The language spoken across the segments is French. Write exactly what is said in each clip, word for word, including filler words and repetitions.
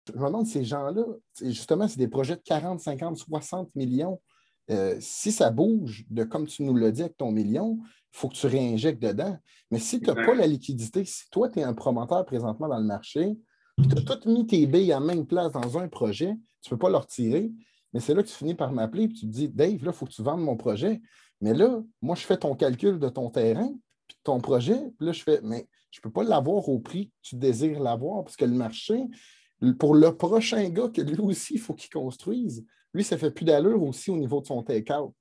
Je me demande, ces gens-là, justement, c'est des projets de quarante, cinquante, soixante millions. Euh, si ça bouge, de comme tu nous l'as dit avec ton million, il faut que tu réinjectes dedans. Mais si tu n'as pas la liquidité, si toi, tu es un promoteur présentement dans le marché, tu as tout mis tes billes à même place dans un projet, tu ne peux pas le retirer, mais c'est là que tu finis par m'appeler et tu te dis, Dave, là, il faut que tu vendes mon projet. Mais là, moi, je fais ton calcul de ton terrain, puis de ton projet, puis là, je fais, mais je ne peux pas l'avoir au prix que tu désires l'avoir, parce que le marché, pour le prochain gars que lui aussi, il faut qu'il construise, lui, ça ne fait plus d'allure aussi au niveau de son take-out.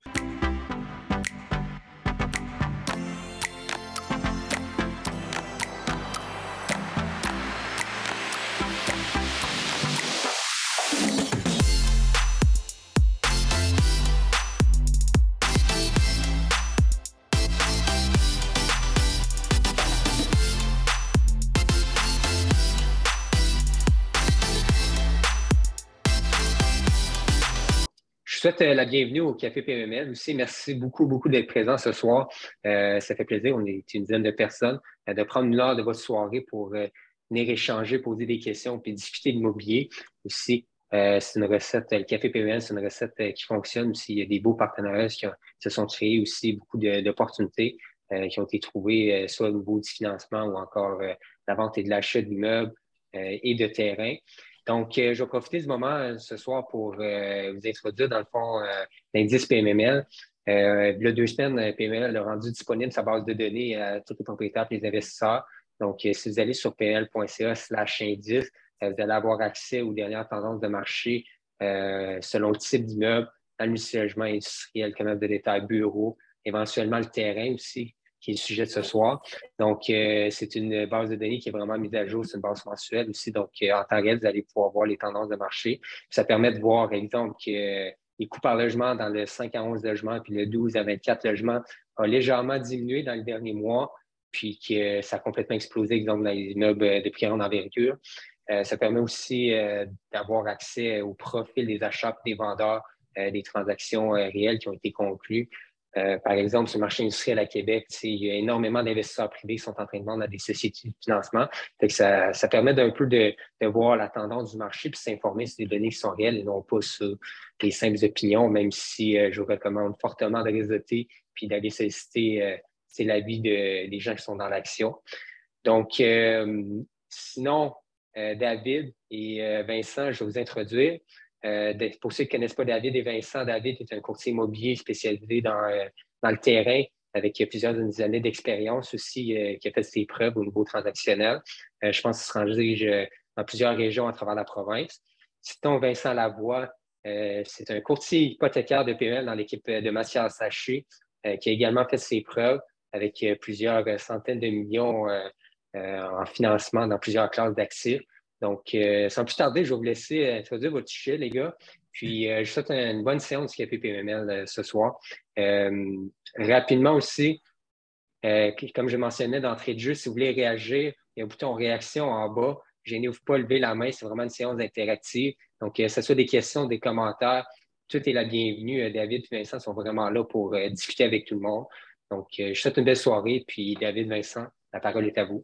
Je souhaite la bienvenue au Café P M L aussi. Merci beaucoup, beaucoup d'être présent ce soir. Euh, ça fait plaisir. On est une dizaine de personnes euh, de prendre une heure de votre soirée pour euh, venir échanger, poser des questions puis discuter de l'immobilier. Aussi, euh, c'est une recette, le Café P M L, c'est une recette euh, qui fonctionne aussi. Il y a des beaux partenariats qui, ont, qui se sont créés aussi, beaucoup d'opportunités euh, qui ont été trouvées, euh, soit au niveau du financement ou encore euh, la vente et de l'achat d'immeubles euh, et de terrains. Donc, euh, je vais profiter du moment euh, ce soir pour euh, vous introduire, dans le fond, euh, l'indice P M M L. Euh, il y a deux semaines, P M M L a rendu disponible sa base de données à tous les propriétaires et les investisseurs. Donc, euh, si vous allez sur pml.ca slash indice, euh, vous allez avoir accès aux dernières tendances de marché euh, selon le type d'immeuble, dans le multilogement industriel, commerce de détail, bureau, éventuellement le terrain aussi, qui est le sujet de ce soir. Donc, euh, c'est une base de données qui est vraiment mise à jour. C'est une base mensuelle aussi. Donc, euh, en temps réel, vous allez pouvoir voir les tendances de marché. Puis ça permet de voir, exemple, que euh, les coûts par logement dans le cinq à onze logements puis le douze à vingt-quatre logements ont légèrement diminué dans le dernier mois, puis que euh, ça a complètement explosé, exemple, dans les immeubles de plus grande envergure. Euh, ça permet aussi euh, d'avoir accès au profil des achats et des vendeurs, euh, des transactions euh, réelles qui ont été conclues. Euh, par exemple, sur le marché industriel à Québec, il y a énormément d'investisseurs privés qui sont en train de vendre à des sociétés de financement. Fait que ça, ça permet d'un peu de, de voir la tendance du marché puis s'informer sur des données qui sont réelles et non pas sur des simples opinions, même si euh, je vous recommande fortement de réseauter puis d'aller solliciter euh, c'est l'avis de, des gens qui sont dans l'action. Donc, euh, sinon, euh, David et euh, Vincent, je vais vous introduire. Euh, pour ceux qui ne connaissent pas David et Vincent, David est un courtier immobilier spécialisé dans, euh, dans le terrain avec plusieurs années d'expérience aussi, euh, qui a fait ses preuves au niveau transactionnel. Euh, je pense qu'il se range euh, dans plusieurs régions à travers la province. Sinon, Vincent Lavoie, euh, c'est un courtier hypothécaire de P M L dans l'équipe de Mathias Saché, euh, qui a également fait ses preuves avec euh, plusieurs centaines de millions euh, euh, en financement dans plusieurs classes d'actifs. Donc, euh, sans plus tarder, je vais vous laisser introduire votre sujet, les gars. Puis, euh, je vous souhaite une bonne séance du Café P M M L euh, ce soir. Euh, rapidement aussi, euh, comme je mentionnais d'entrée de jeu, si vous voulez réagir, il y a un bouton réaction en bas. Gênez-vous pas, levez la main, c'est vraiment une séance interactive. Donc, euh, que ce soit des questions, des commentaires, tout est la bienvenue. Euh, David et Vincent sont vraiment là pour euh, discuter avec tout le monde. Donc, euh, je vous souhaite une belle soirée. Puis, David, Vincent, la parole est à vous.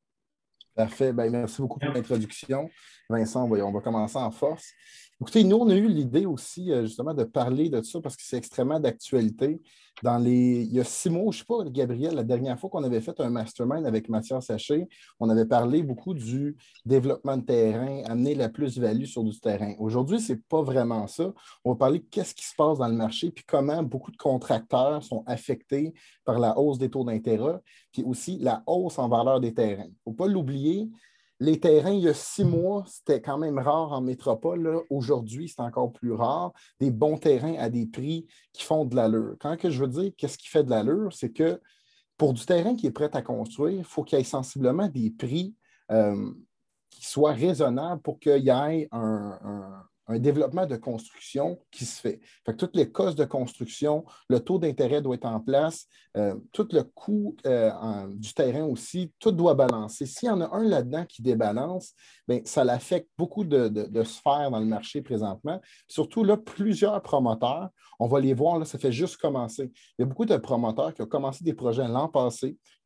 Parfait. Ben, merci beaucoup pour l'introduction. Vincent, on va, on va commencer en force. Écoutez, nous, on a eu l'idée aussi, justement, de parler de ça parce que c'est extrêmement d'actualité. Dans les... Il y a six mois, je ne sais pas, Gabriel, la dernière fois qu'on avait fait un mastermind avec Mathias Saché, on avait parlé beaucoup du développement de terrain, amener la plus-value sur du terrain. Aujourd'hui, ce n'est pas vraiment ça. On va parler de qu'est-ce qui se passe dans le marché puis comment beaucoup de contracteurs sont affectés par la hausse des taux d'intérêt puis aussi la hausse en valeur des terrains. Il ne faut pas l'oublier. Les terrains, il y a six mois, c'était quand même rare en métropole. Là. Aujourd'hui, c'est encore plus rare. Des bons terrains à des prix qui font de l'allure. Quand que je veux dire qu'est-ce qui fait de l'allure, c'est que pour du terrain qui est prêt à construire, il faut qu'il y ait sensiblement des prix euh, qui soient raisonnables pour qu'il y ait un, un, un développement de construction qui se fait. Fait que toutes les costes de construction, le taux d'intérêt doit être en place, euh, tout le coût euh, en, du terrain aussi, tout doit balancer. S'il y en a un là-dedans qui débalance, bien, ça l'affecte beaucoup de, de, de sphères dans le marché présentement. Surtout, là, plusieurs promoteurs, on va les voir, là, ça fait juste commencer. Il y a beaucoup de promoteurs qui ont commencé des projets l'an passé,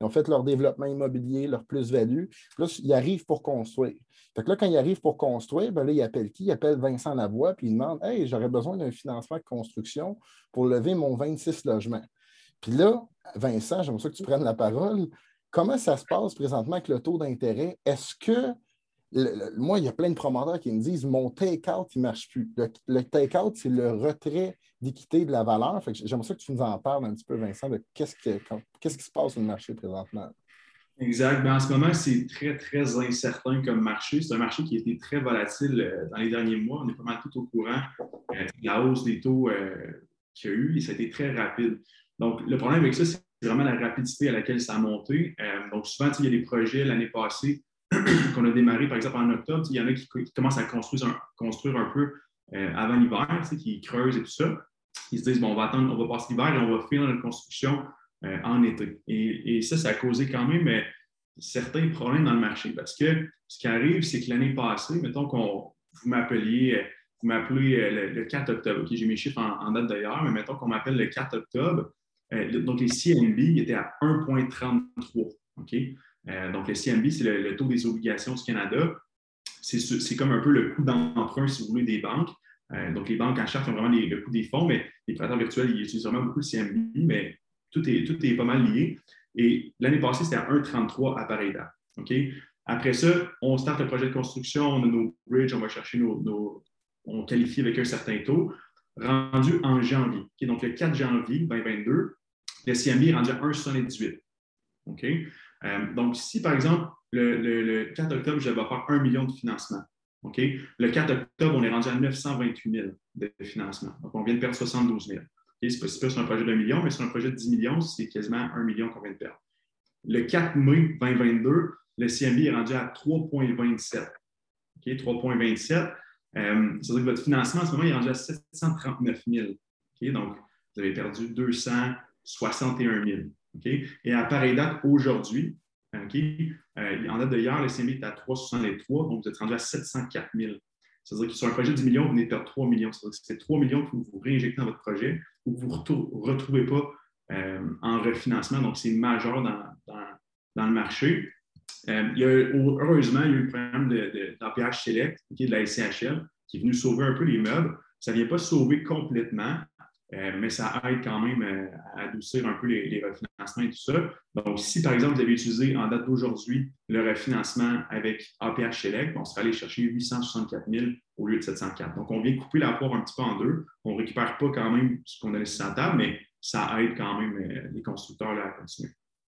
ils ont fait leur développement immobilier, leur plus-value. Puis là, ils arrivent pour construire. Fait que là, quand ils arrivent pour construire, ben là, ils appellent qui? Ils appellent Vincent Lavoie, puis ils demandent « Hey, j'aurais besoin d'un financement de construction pour lever mon vingt-six logements. » Puis là, Vincent, j'aimerais ça que tu prennes la parole. Comment ça se passe présentement avec le taux d'intérêt? Est-ce que Le, le, moi, il y a plein de promoteurs qui me disent mon take-out, il ne marche plus. Le, le take-out, c'est le retrait d'équité de la valeur. Fait que j'aimerais ça que tu nous en parles un petit peu, Vincent, de qu'est-ce, que, qu'est-ce qui se passe sur le marché présentement. Exact. Ben, en ce moment, c'est très, très incertain comme marché. C'est un marché qui a été très volatile dans les derniers mois. On est pas mal tout au courant euh, de la hausse des taux euh, qu'il y a eu et ça a été très rapide. Donc, le problème avec ça, c'est vraiment la rapidité à laquelle ça a monté. Euh, donc, souvent, il y a des projets l'année passée qu'on a démarré, par exemple, en octobre. Il y en a qui, qui commencent à construire un, construire un peu euh, avant l'hiver, qui creusent et tout ça. Ils se disent, bon, on va attendre, on va passer l'hiver et on va finir notre construction euh, en été. Et, et ça, ça a causé quand même euh, certains problèmes dans le marché. Parce que ce qui arrive, c'est que l'année passée, mettons qu'on vous m'appeliez, vous m'appelez euh, le, le quatre octobre. Okay, j'ai mes chiffres en, en date d'ailleurs, mais mettons qu'on m'appelle le quatre octobre. Euh, donc, les C M B étaient à un virgule trente-trois. OK? Euh, donc, le C M B, c'est le, le taux des obligations du Canada. C'est, c'est comme un peu le coût d'emprunt, si vous voulez, des banques. Euh, donc, les banques en charge ont vraiment les, le coût des fonds, mais les prêteurs virtuels, ils utilisent vraiment beaucoup le C M B, mais tout est, tout est pas mal lié. Et l'année passée, c'était à un virgule trente-trois à pareille date. Okay? Après ça, on starte le projet de construction, on a nos bridges, on va chercher nos, nos on qualifie avec un certain taux, rendu en janvier. Okay? Donc, le quatre janvier deux mille vingt-deux, le C M B est rendu à un virgule soixante-dix-huit. OK? Euh, donc, si, par exemple, le, le, le quatre octobre, je vais faire un million de financement. OK? Le quatre octobre, on est rendu à neuf cent vingt-huit mille de financement. Donc, on vient de perdre soixante-douze mille. Okay? Ce n'est pas, pas sur un projet d'un million, mais sur un projet de dix millions, c'est quasiment un million qu'on vient de perdre. Le quatre mai deux mille vingt-deux, le C M B est rendu à trois virgule vingt-sept. Okay? trois virgule vingt-sept. Euh, c'est-à-dire que votre financement, en ce moment, est rendu à sept cent trente-neuf mille. Okay? Donc, vous avez perdu deux cent soixante et un mille. Okay? Et à pareille date, aujourd'hui, okay, euh, en date de hier, le C M B est à trois virgule soixante-trois, donc vous êtes rendu à sept cent quatre mille. C'est-à-dire que sur un projet de dix millions, vous venez de perdre trois millions. C'est-à-dire que c'est trois millions que vous réinjectez dans votre projet ou que vous ne retrouvez pas euh, en refinancement. Donc, c'est majeur dans, dans, dans le marché. Euh, il y a, heureusement, il y a eu le problème de, de, d'A P H Select, okay, de la S C H L, qui est venu sauver un peu les meubles. Ça ne vient pas sauver complètement, Euh, mais ça aide quand même euh, à adoucir un peu les, les refinancements et tout ça. Donc, si par exemple, vous avez utilisé en date d'aujourd'hui le refinancement avec A P H Select, on serait allé chercher huit cent soixante-quatre mille au lieu de sept cent quatre. Donc, on vient couper la poire un petit peu en deux. On ne récupère pas quand même ce qu'on a laissé sur la table, mais ça aide quand même euh, les constructeurs là, à continuer.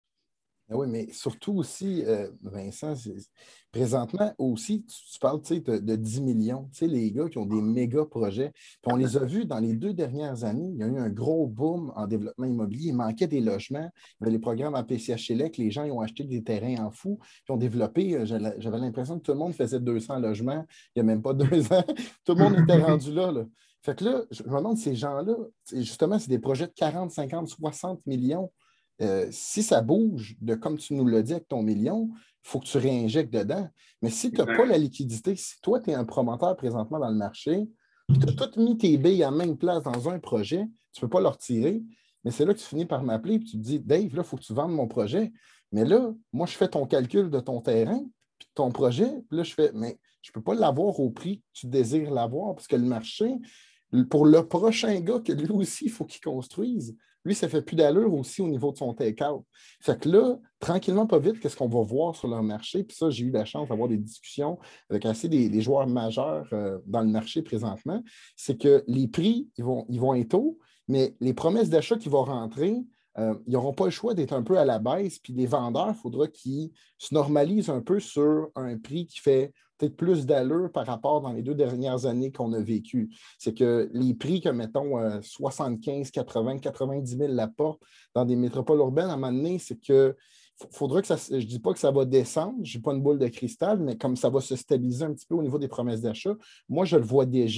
Oui, mais surtout aussi, euh, Vincent, présentement aussi, tu, tu parles de, de dix millions. Les gars qui ont des méga projets. Puis on les a vus dans les deux dernières années. Il y a eu un gros boom en développement immobilier. Il manquait des logements. Il y avait les programmes A P C H L E C. Les gens ils ont acheté des terrains en fou. Puis ont développé. J'avais l'impression que tout le monde faisait deux cents logements il n'y a même pas deux ans. Tout le monde était rendu là, là. Fait que là, je me demande, ces gens-là, justement, c'est des projets de quarante, cinquante, soixante millions. Euh, si ça bouge, de comme tu nous l'as dit avec ton million, il faut que tu réinjectes dedans. Mais si tu n'as pas la liquidité, si toi, tu es un promoteur présentement dans le marché, tu as tout mis tes billes à même place dans un projet, tu ne peux pas le retirer, mais c'est là que tu finis par m'appeler et tu te dis, Dave, là, il faut que tu vendes mon projet. Mais là, moi, je fais ton calcul de ton terrain, puis de ton projet, puis là, je fais, mais je ne peux pas l'avoir au prix que tu désires l'avoir, parce que le marché, pour le prochain gars que lui aussi, il faut qu'il construise, lui, ça ne fait plus d'allure aussi au niveau de son take-out. Fait que là, tranquillement, pas vite, qu'est-ce qu'on va voir sur leur marché? Puis ça, j'ai eu la chance d'avoir des discussions avec assez des, des joueurs majeurs euh, dans le marché présentement. C'est que les prix, ils vont, ils vont être hauts, mais les promesses d'achat qui vont rentrer, euh, ils n'auront pas le choix d'être un peu à la baisse. Puis les vendeurs, il faudra qu'ils se normalisent un peu sur un prix qui fait peut-être plus d'allure par rapport dans les deux dernières années qu'on a vécues. C'est que les prix que, mettons, euh, soixante-quinze, quatre-vingts, quatre-vingt-dix mille la porte dans des métropoles urbaines, à un moment donné, c'est que faudra que ça, je ne dis pas que ça va descendre, je n'ai pas une boule de cristal, mais comme ça va se stabiliser un petit peu au niveau des promesses d'achat, moi, je le vois déjà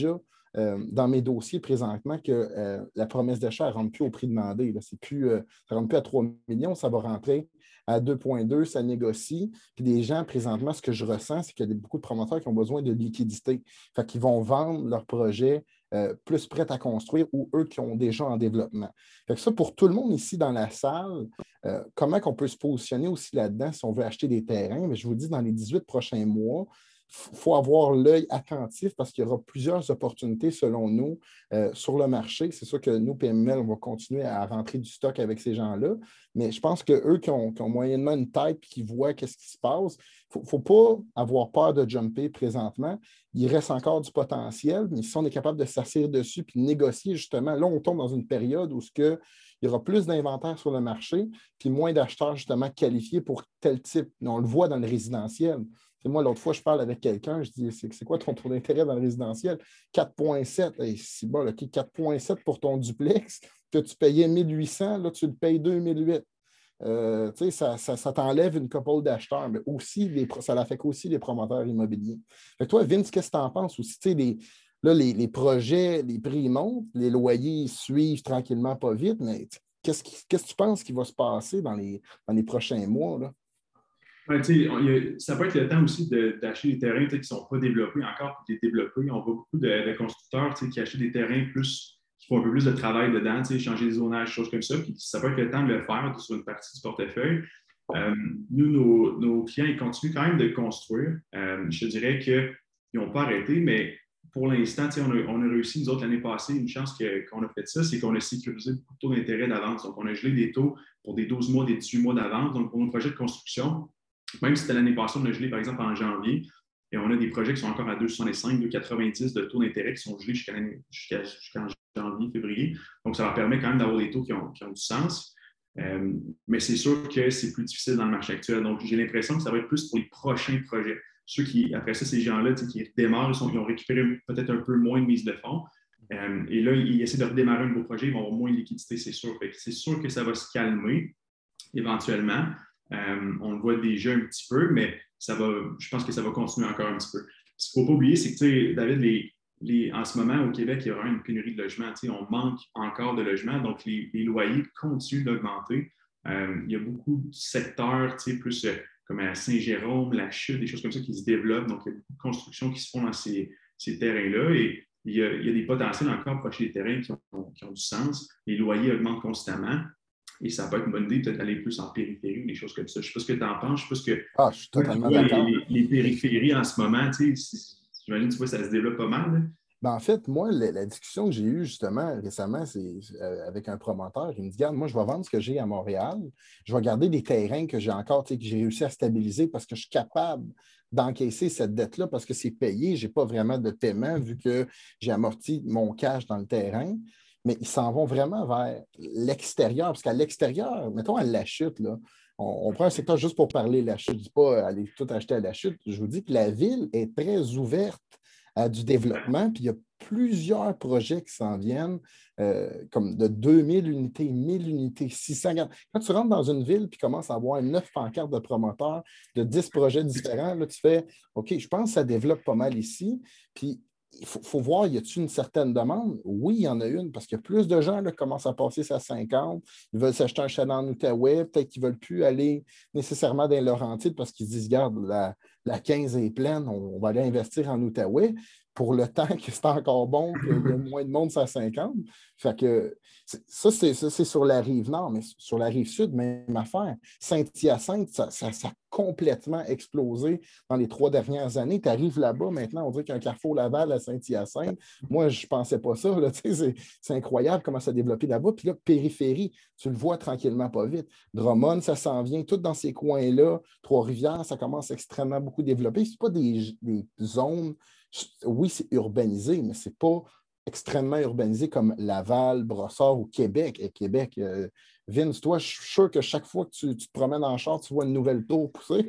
euh, dans mes dossiers présentement que euh, la promesse d'achat ne rentre plus au prix demandé. Là. C'est plus, euh, ça ne rentre plus à trois millions, ça va rentrer à deux virgule deux, ça négocie. Puis des gens, présentement, ce que je ressens, c'est qu'il y a beaucoup de promoteurs qui ont besoin de liquidité. Fait qu'ils vont vendre leur projet euh, plus prêt à construire ou eux qui ont déjà en développement. Fait que ça, pour tout le monde ici dans la salle, euh, comment on peut se positionner aussi là-dedans si on veut acheter des terrains? Mais je vous dis, dans les dix-huit prochains mois, il faut avoir l'œil attentif parce qu'il y aura plusieurs opportunités, selon nous, euh, sur le marché. C'est sûr que nous, P M M L, on va continuer à rentrer du stock avec ces gens-là, mais je pense qu'eux qui ont, qui ont moyennement une tête et qui voient qu'est-ce qui se passe, il ne faut pas avoir peur de jumper présentement. Il reste encore du potentiel, mais si on est capable de s'asseoir dessus et de négocier, justement, là, on tombe dans une période où ce que, il y aura plus d'inventaire sur le marché, puis moins d'acheteurs, justement, qualifiés pour tel type. On le voit dans le résidentiel. C'est moi, l'autre fois, je parle avec quelqu'un, je dis, c'est, c'est quoi ton taux d'intérêt dans le résidentiel? quatre virgule sept. Hey, c'est bon, OK, quatre virgule sept pour ton duplex, que tu payais mille huit cents, là, tu le payes deux mille huit. Euh, ça, ça, ça t'enlève une couple d'acheteurs, mais aussi, les, ça l'affecte aussi les promoteurs immobiliers. Fait que toi, Vince, qu'est-ce que tu en penses aussi? Les, là, les, les projets, les prix montent, les loyers suivent tranquillement, pas vite, mais qu'est-ce, qui, qu'est-ce que tu penses qui va se passer dans les, dans les prochains mois, là? Ouais, on, a, ça peut être le temps aussi de, d'acheter des terrains qui ne sont pas développés encore, puis de les développer. On voit beaucoup de, de constructeurs qui achètent des terrains plus, qui font un peu plus de travail dedans, changer les zonages, choses comme ça. Puis ça peut être le temps de le faire sur une partie du portefeuille. Euh, nous, nos, nos clients, ils continuent quand même de construire. Euh, je dirais qu'ils n'ont pas arrêté, mais pour l'instant, on a, on a réussi, nous autres, l'année passée, une chance que, qu'on a fait ça, c'est qu'on a sécurisé beaucoup de taux d'intérêt d'avance. Donc, on a gelé des taux pour des douze mois, des dix-huit mois d'avance. Donc, pour nos projets de construction, même si c'était l'année passée, on a gelé, par exemple, en janvier, et on a des projets qui sont encore à deux virgule soixante-cinq, deux virgule quatre-vingt-dix de taux d'intérêt qui sont gelés jusqu'à jusqu'à, jusqu'en janvier, février. Donc, ça leur permet quand même d'avoir des taux qui ont, qui ont du sens. Euh, mais c'est sûr que c'est plus difficile dans le marché actuel. Donc, j'ai l'impression que ça va être plus pour les prochains projets. Ceux qui, après ça, ces gens-là qui démarrent, ils, sont, ils ont récupéré peut-être un peu moins de mise de fonds. Euh, et là, ils essaient de redémarrer un nouveau projet, ils vont avoir moins de liquidité, c'est sûr. Fait que c'est sûr que ça va se calmer éventuellement. Euh, on le voit déjà un petit peu, mais ça va, je pense que ça va continuer encore un petit peu. Ce qu'il ne faut pas oublier, c'est que, tu sais, David, les, les, en ce moment, au Québec, il y a vraiment une pénurie de logements. Tu sais, on manque encore de logements, donc les, les loyers continuent d'augmenter. Euh, il y a beaucoup de secteurs, tu sais, plus euh, comme à Saint-Jérôme, la Chute, des choses comme ça qui se développent. Donc, il y a beaucoup de constructions qui se font dans ces, ces terrains-là. Et il y, a, il y a des potentiels encore pour acheter des terrains qui ont, qui ont du sens. Les loyers augmentent constamment. Et ça peut être une bonne idée peut-être d'aller plus en périphérie ou des choses comme ça. Je ne sais pas ce que tu en penses. Je sais pas ce que. Ah, je suis totalement tu vois, d'accord. Les, les, les périphéries en ce moment, tu sais, j'imagine, tu vois, ça se développe pas mal. Là. Ben, en fait, moi, la, la discussion que j'ai eue justement récemment, c'est euh, avec un promoteur. Il me dit, regarde, moi, je vais vendre ce que j'ai à Montréal. Je vais garder des terrains que j'ai encore, que j'ai réussi à stabiliser parce que je suis capable d'encaisser cette dette-là parce que c'est payé. Je n'ai pas vraiment de paiement vu que j'ai amorti mon cash dans le terrain. Mais ils s'en vont vraiment vers l'extérieur, parce qu'à l'extérieur, mettons à La Chute, là, on, on prend un secteur juste pour parler de La Chute. Je ne dis pas aller tout acheter à La Chute. Je vous dis que la ville est très ouverte à du développement, puis il y a plusieurs projets qui s'en viennent, euh, comme de deux mille unités, mille unités, six cents. Quand tu rentres dans une ville puis commences à avoir neuf pancartes de promoteurs de dix projets différents, là, tu fais OK, je pense que ça développe pas mal ici. Puis il faut, faut voir, y a-t-il une certaine demande? Oui, il y en a une, parce que plus de gens là, commencent à passer ça à cinquante, ils veulent s'acheter un chalet en Outaouais, peut-être qu'ils ne veulent plus aller nécessairement dans les Laurentides parce qu'ils se disent, regarde, la, la quinze est pleine, on, on va aller investir en Outaouais pour le temps que c'est encore bon, qu'il y a moins de monde, c'est à cinquante. Fait que ça, c'est, ça, c'est sur la rive nord, mais sur la rive sud, même affaire. Saint-Hyacinthe, ça, ça, ça a complètement explosé dans les trois dernières années. Tu arrives là-bas, maintenant, on dirait qu'il y a un Carrefour Laval à Saint-Hyacinthe. Moi, je ne pensais pas ça. Là, c'est, c'est incroyable comment ça a développé là-bas. Puis là, périphérie, tu le vois tranquillement pas vite. Drummond, ça s'en vient. Tout dans ces coins-là. Trois-Rivières, ça commence extrêmement beaucoup à développer. Ce pas des, des zones. Oui, c'est urbanisé, mais ce n'est pas extrêmement urbanisé comme Laval, Brossard ou Québec. Et Québec, euh, Vince, toi, je suis sûr que chaque fois que tu, tu te promènes en char, tu vois une nouvelle tour pousser.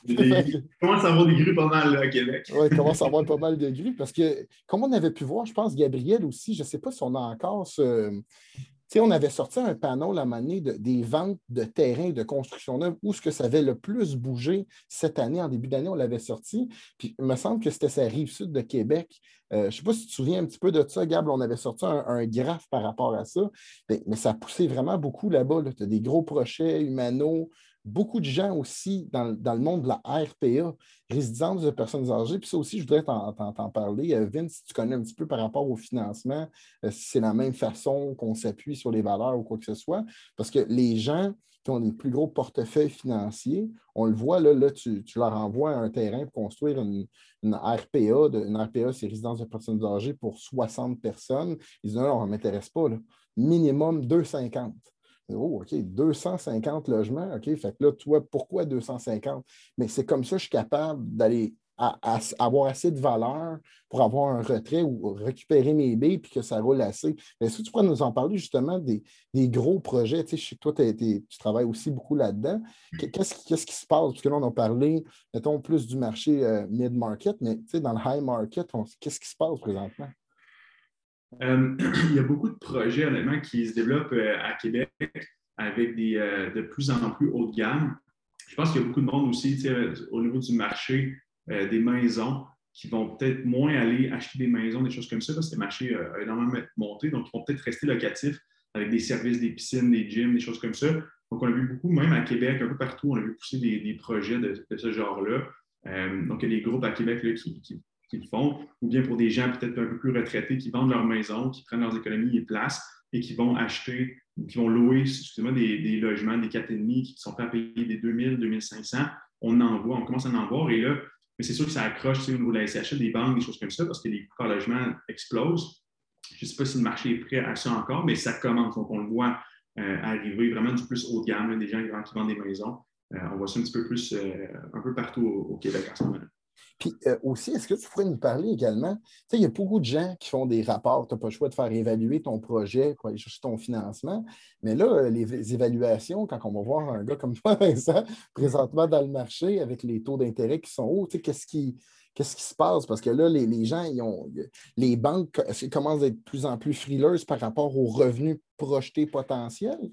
Il commence à avoir des grues pas mal là, à Québec. Oui, il commence à avoir pas mal de grues parce que, comme on avait pu voir, je pense, Gabriel aussi, je ne sais pas si on a encore ce, sais, on avait sorti un panneau la année de, des ventes de terrains de construction neuve, où ce que ça avait le plus bougé cette année, en début d'année, on l'avait sorti. Puis il me semble que c'était sa rive sud de Québec. Euh, je ne sais pas si tu te souviens un petit peu de ça, Gab, on avait sorti un, un graphe par rapport à ça. Mais, mais ça a poussé vraiment beaucoup là-bas. Là. Tu as des gros projets, Humano, beaucoup de gens aussi dans, dans le monde de la R P A, résidence de personnes âgées. Puis ça aussi, je voudrais t'en, t'en, t'en parler. Euh, Vince, si tu connais un petit peu par rapport au financement, euh, si c'est la même façon qu'on s'appuie sur les valeurs ou quoi que ce soit. Parce que les gens qui ont les plus gros portefeuilles financiers, on le voit, là, là tu, tu leur envoies un terrain pour construire une, une R P A. De, une R P A, c'est résidence de personnes âgées pour soixante personnes. Ils disent non, on ne m'intéresse pas. Là. Minimum deux cent cinquante. Oh, OK, deux cent cinquante logements. OK, fait que là, toi, pourquoi deux cent cinquante? Mais c'est comme ça que je suis capable d'aller à, à, avoir assez de valeur pour avoir un retrait ou récupérer mes billes puis que ça roule assez. Est-ce que tu pourrais nous en parler justement des, des gros projets? Tu sais, je sais que toi, t'es, t'es, tu travailles aussi beaucoup là-dedans. Qu'est-ce, qu'est-ce qui se passe? Parce que là, on a parlé, mettons, plus du marché euh, mid-market, mais tu sais, dans le high market, on, qu'est-ce qui se passe présentement? Euh, il y a beaucoup de projets, honnêtement, qui se développent euh, à Québec avec des, euh, de plus en plus haut de gamme. Je pense qu'il y a beaucoup de monde aussi au niveau du marché euh, des maisons qui vont peut-être moins aller acheter des maisons, des choses comme ça, parce que le marché euh, a énormément monté. Donc, ils vont peut-être rester locatifs avec des services, des piscines, des gyms, des choses comme ça. Donc, on a vu beaucoup, même à Québec, un peu partout, on a vu pousser des, des projets de, de ce genre-là. Euh, donc, il y a des groupes à Québec là, qui, qui qui le font, ou bien pour des gens peut-être un peu plus retraités qui vendent leur maison, qui prennent leurs économies et placent et qui vont acheter ou qui vont louer excusez-moi, des, des logements, des quatre virgule cinq qui sont prêts à payer des deux mille, deux mille cinq cents. On en voit, on commence à en voir et là, mais c'est sûr que ça accroche au niveau de la S H L, des banques, des choses comme ça, parce que les coûts par logement explosent. Je ne sais pas si le marché est prêt à ça encore, mais ça commence. Donc, on le voit euh, arriver vraiment du plus haut de gamme, là, des gens qui vendent des maisons. Euh, on voit ça un petit peu plus, euh, un peu partout au, au Québec en ce moment-là. Puis euh, aussi, est-ce que tu pourrais nous parler également? Tu sais, il y a beaucoup de gens qui font des rapports. Tu n'as pas le choix de faire évaluer ton projet pour aller chercher ton financement. Mais là, les, les évaluations, quand on va voir un gars comme toi, Vincent, présentement dans le marché avec les taux d'intérêt qui sont hauts, tu sais, qu'est-ce qui, qu'est-ce qui se passe? Parce que là, les, les gens, ils ont, les banques commencent à être de plus en plus frileuses par rapport aux revenus projetés potentiels.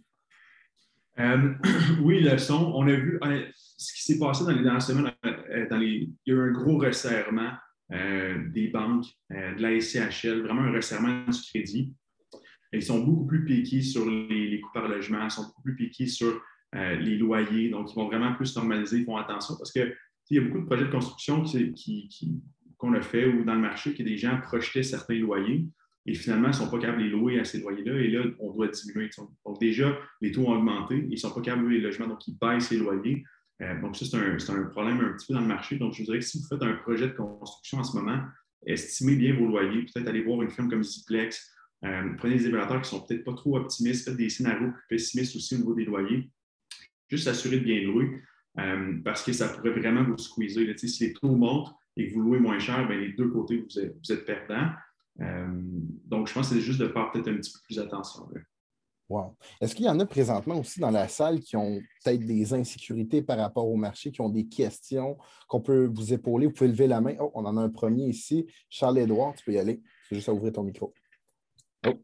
Euh, oui, ils le sont. On a vu euh, ce qui s'est passé dans les dernières semaines. Euh, dans les, il y a eu un gros resserrement euh, des banques, euh, de la S C H L, vraiment un resserrement du crédit. Et ils sont beaucoup plus piqués sur les, les coûts par logement, ils sont beaucoup plus piqués sur euh, les loyers. Donc, ils vont vraiment plus normaliser, ils font attention parce qu'il y a beaucoup de projets de construction qui, qui, qui, qu'on a fait ou dans le marché que des gens projetaient certains loyers. Et finalement, ils ne sont pas capables de les louer à ces loyers-là. Et là, on doit diminuer. Donc, déjà, les taux ont augmenté. Ils ne sont pas capables de louer les logements, donc ils baissent les loyers. Euh, donc, ça, c'est un, c'est un problème un petit peu dans le marché. Donc, je vous dirais que si vous faites un projet de construction en ce moment, estimez bien vos loyers. Peut-être aller voir une firme comme Ziplex. Euh, prenez des évaluateurs qui ne sont peut-être pas trop optimistes. Faites des scénarios plus pessimistes aussi au niveau des loyers. Juste s'assurer de bien louer euh, parce que ça pourrait vraiment vous squeezer. Là, si les taux montent et que vous louez moins cher, bien, les deux côtés, vous êtes, vous êtes perdants. Euh, donc, je pense que c'est juste de faire peut-être un petit peu plus attention. Là. Wow. Est-ce qu'il y en a présentement aussi dans la salle qui ont peut-être des insécurités par rapport au marché, qui ont des questions qu'on peut vous épauler? Vous pouvez lever la main. Oh, on en a un premier ici. Charles-Édouard, tu peux y aller. C'est juste à ouvrir ton micro. Oh.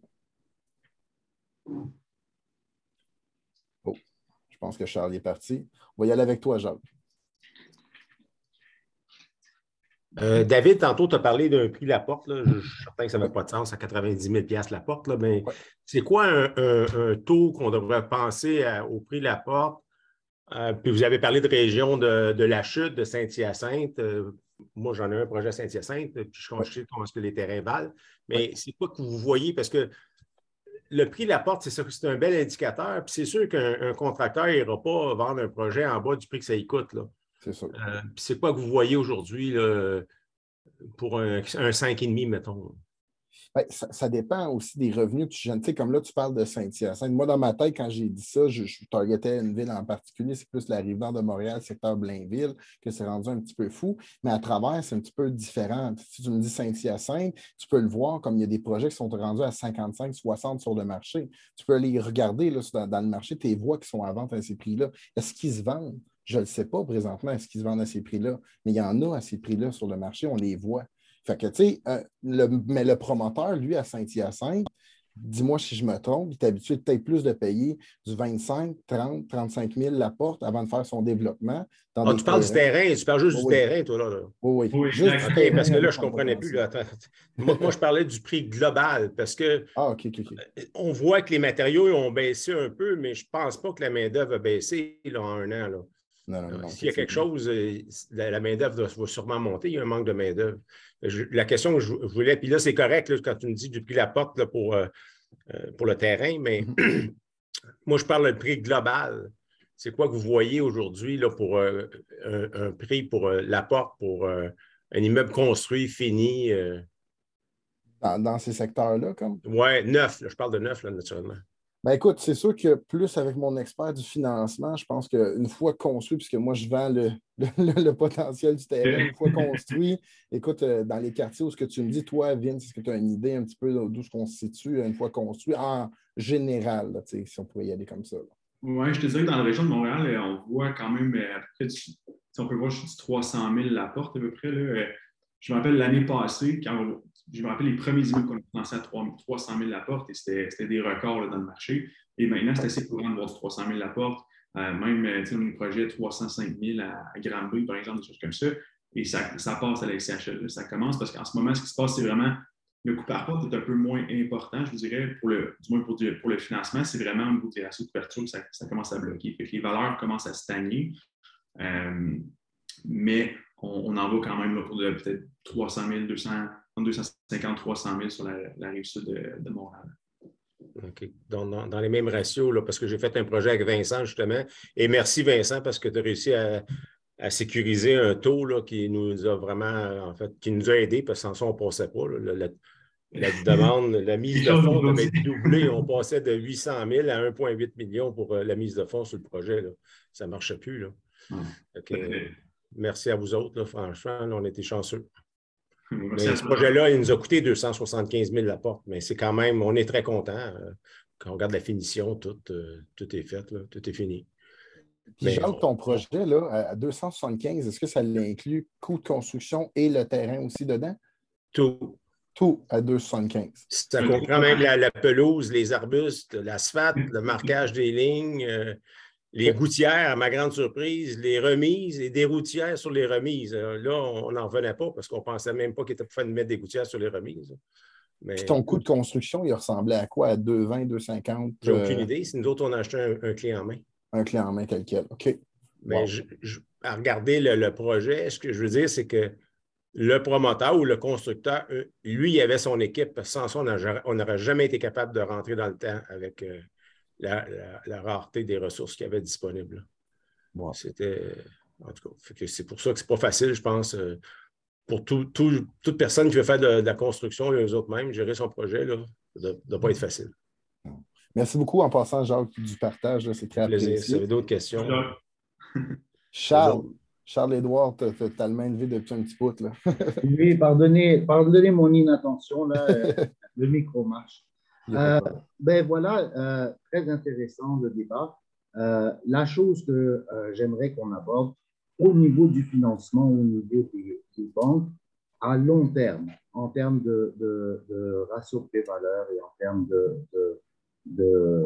Oh. Je pense que Charles est parti. On va y aller avec toi, Jacques. Euh, David, tantôt, tu as parlé d'un prix la porte. Là. Je suis certain que ça n'avait pas de sens à quatre-vingt-dix mille dollars la porte. Là, mais ouais. C'est quoi un, un, un taux qu'on devrait penser à, au prix la porte? Euh, puis vous avez parlé de région de, de la chute de Saint-Hyacinthe. Euh, moi, j'en ai un projet à Saint-Hyacinthe, puis je sais comment est-ce que les terrains valent. Mais ouais. C'est quoi que vous voyez? Parce que le prix la porte, c'est ça, c'est un bel indicateur. Puis c'est sûr qu'un contracteur n'ira pas vendre un projet en bas du prix que ça y coûte. Là. C'est sûr. Euh, puis c'est quoi que vous voyez aujourd'hui là, pour un, un cinq virgule cinq, mettons? Bien, ça, ça dépend aussi des revenus que tu gênes. Tu sais, comme là, tu parles de Saint-Hyacinthe. Moi, dans ma tête, quand j'ai dit ça, je, je targetais une ville en particulier. C'est plus la Rive-Nord de Montréal, secteur Blainville, que c'est rendu un petit peu fou. Mais à travers, c'est un petit peu différent. Si tu me dis Saint-Hyacinthe, tu peux le voir comme il y a des projets qui sont rendus à cinquante-cinq, soixante sur le marché. Tu peux aller regarder là, dans, dans le marché tes voies qui sont à vente à ces prix-là. Est-ce qu'ils se vendent? Je ne le sais pas présentement, est-ce qu'ils se vendent à ces prix-là? Mais il y en a à ces prix-là sur le marché, on les voit. Fait que, tu sais, euh, le, mais le promoteur, lui, à Saint-Hyacinthe, dis-moi si je me trompe, il est habitué peut-être plus de payer du vingt-cinq, trente, trente-cinq mille la porte avant de faire son développement. Dans Ah, des tu parles du terrain, tu parles juste oui, du oui. terrain, toi, là. là. Oui, oui. Oui, Juste exact. du OK, terrain parce que là, avec je ne son comprenais plus. Là. potentiel. Attends. Moi, moi, je parlais du prix global parce que Ah, OK, OK, OK. on voit que les matériaux ont baissé un peu, mais je ne pense pas que la main-d'œuvre a baissé là, en un an. Là. Non, non, non. S'il y a quelque chose, la, la main-d'œuvre va sûrement monter. Il y a un manque de main-d'œuvre. La question que je, je voulais, puis là, c'est correct là, quand tu me dis du prix la porte là, pour, euh, pour le terrain, mais mm-hmm. moi, je parle du prix global. C'est quoi que vous voyez aujourd'hui là, pour euh, un, un prix pour euh, la porte, pour euh, un immeuble construit, fini? Euh... Dans, dans ces secteurs-là, comme? Oui, neuf. Là, je parle de neuf, là, naturellement. Ben écoute, c'est sûr que plus avec mon expert du financement, je pense qu'une fois construit, puisque moi, je vends le, le, le potentiel du terrain, une fois construit, écoute, euh, dans les quartiers où ce que tu me dis, toi, Vince, est-ce que tu as une idée un petit peu d'où on se situe une fois construit en général, là, si on pouvait y aller comme ça? Oui, je te dirais que dans la région de Montréal, on voit quand même à peu près, du, si on peut voir, je dis trois cent mille la porte à peu près. Là. Je me rappelle l'année passée, quand on, je me rappelle les premiers immeubles qu'on a commencé à trois cent mille la porte et c'était des records là, dans le marché. Et maintenant, c'est assez courant de voir du trois cent mille la porte. Euh, même, tu sais, on a un projet trois cent cinq mille à, à Granby, par exemple, des choses comme ça. Et ça, ça passe à la S C H L. Ça commence parce qu'en ce moment, ce qui se passe, c'est vraiment le coût par porte est un peu moins important, je vous dirais, pour le, du moins pour, du, pour le financement. C'est vraiment au niveau des ratios de couverture que ça, ça commence à bloquer. Fait que les valeurs commencent à stagner. Euh, mais on, on en va quand même là, pour peut-être trois cent mille, deux cents, deux cent cinquante, trois cent mille sur la, la rive sud de, de Montréal. OK. Dans, dans, dans les mêmes ratios, là, parce que j'ai fait un projet avec Vincent, justement. Et merci, Vincent, parce que tu as réussi à, à sécuriser un taux là, qui nous a vraiment, en fait, qui nous a aidés, parce que sans ça, on ne passait pas. Là, la, la demande, la mise de fonds avait doublé. On passait de huit cent mille à un virgule huit million pour euh, la mise de fonds sur le projet. Là. Ça ne marchait plus. Là. Hum. Okay. Merci à vous autres. Là, franchement, là, on était chanceux. Mais ce projet-là, il nous a coûté deux cent soixante-quinze mille la porte, mais c'est quand même, on est très contents. Quand on regarde la finition, tout, euh, tout est fait, là, tout est fini. Puis, Jacques, on... ton projet là, à deux cent soixante-quinze, est-ce que ça l'inclut coût de construction et le terrain aussi dedans? Tout. Tout à deux cent soixante-quinze. Ça comprend même la, la pelouse, les arbustes, l'asphalte, le marquage des lignes, euh, les gouttières, à ma grande surprise, les remises et des routières sur les remises. Là, on n'en revenait pas parce qu'on ne pensait même pas qu'il était pour de mettre des gouttières sur les remises. Mais... Puis ton coût de construction, il ressemblait à quoi? À deux cent vingt, deux cent cinquante? J'ai aucune euh... idée. Si nous autres, on a acheté un, un clé en main. Un clé en main tel quel. OK. Mais wow. je, je, à regarder le, le projet, ce que je veux dire, c'est que le promoteur ou le constructeur, lui, il avait son équipe. Sans ça, on n'aurait jamais été capable de rentrer dans le temps avec euh, la, la, la rareté des ressources qu'il y avait disponibles. Wow. C'était... En tout cas, c'est pour ça que c'est pas facile, je pense, euh, pour tout, tout, toute personne qui veut faire de, de la construction et eux autres mêmes, gérer son projet, là, ça ne doit pas être facile. Merci beaucoup en passant, Jacques, du partage. C'est très plaisir. apprécié. Si vous avez d'autres questions. Charles, Charles-Édouard, tu as tellement élevé depuis un petit bout. Là. Oui, pardonnez, pardonnez mon inattention, là, euh, le micro marche. Euh, ben voilà, euh, très intéressant le débat. Euh, la chose que euh, j'aimerais qu'on aborde au niveau du financement, au niveau des, des banques, à long terme, en termes de, de, de ratio prix-valeur et en termes de, de, de,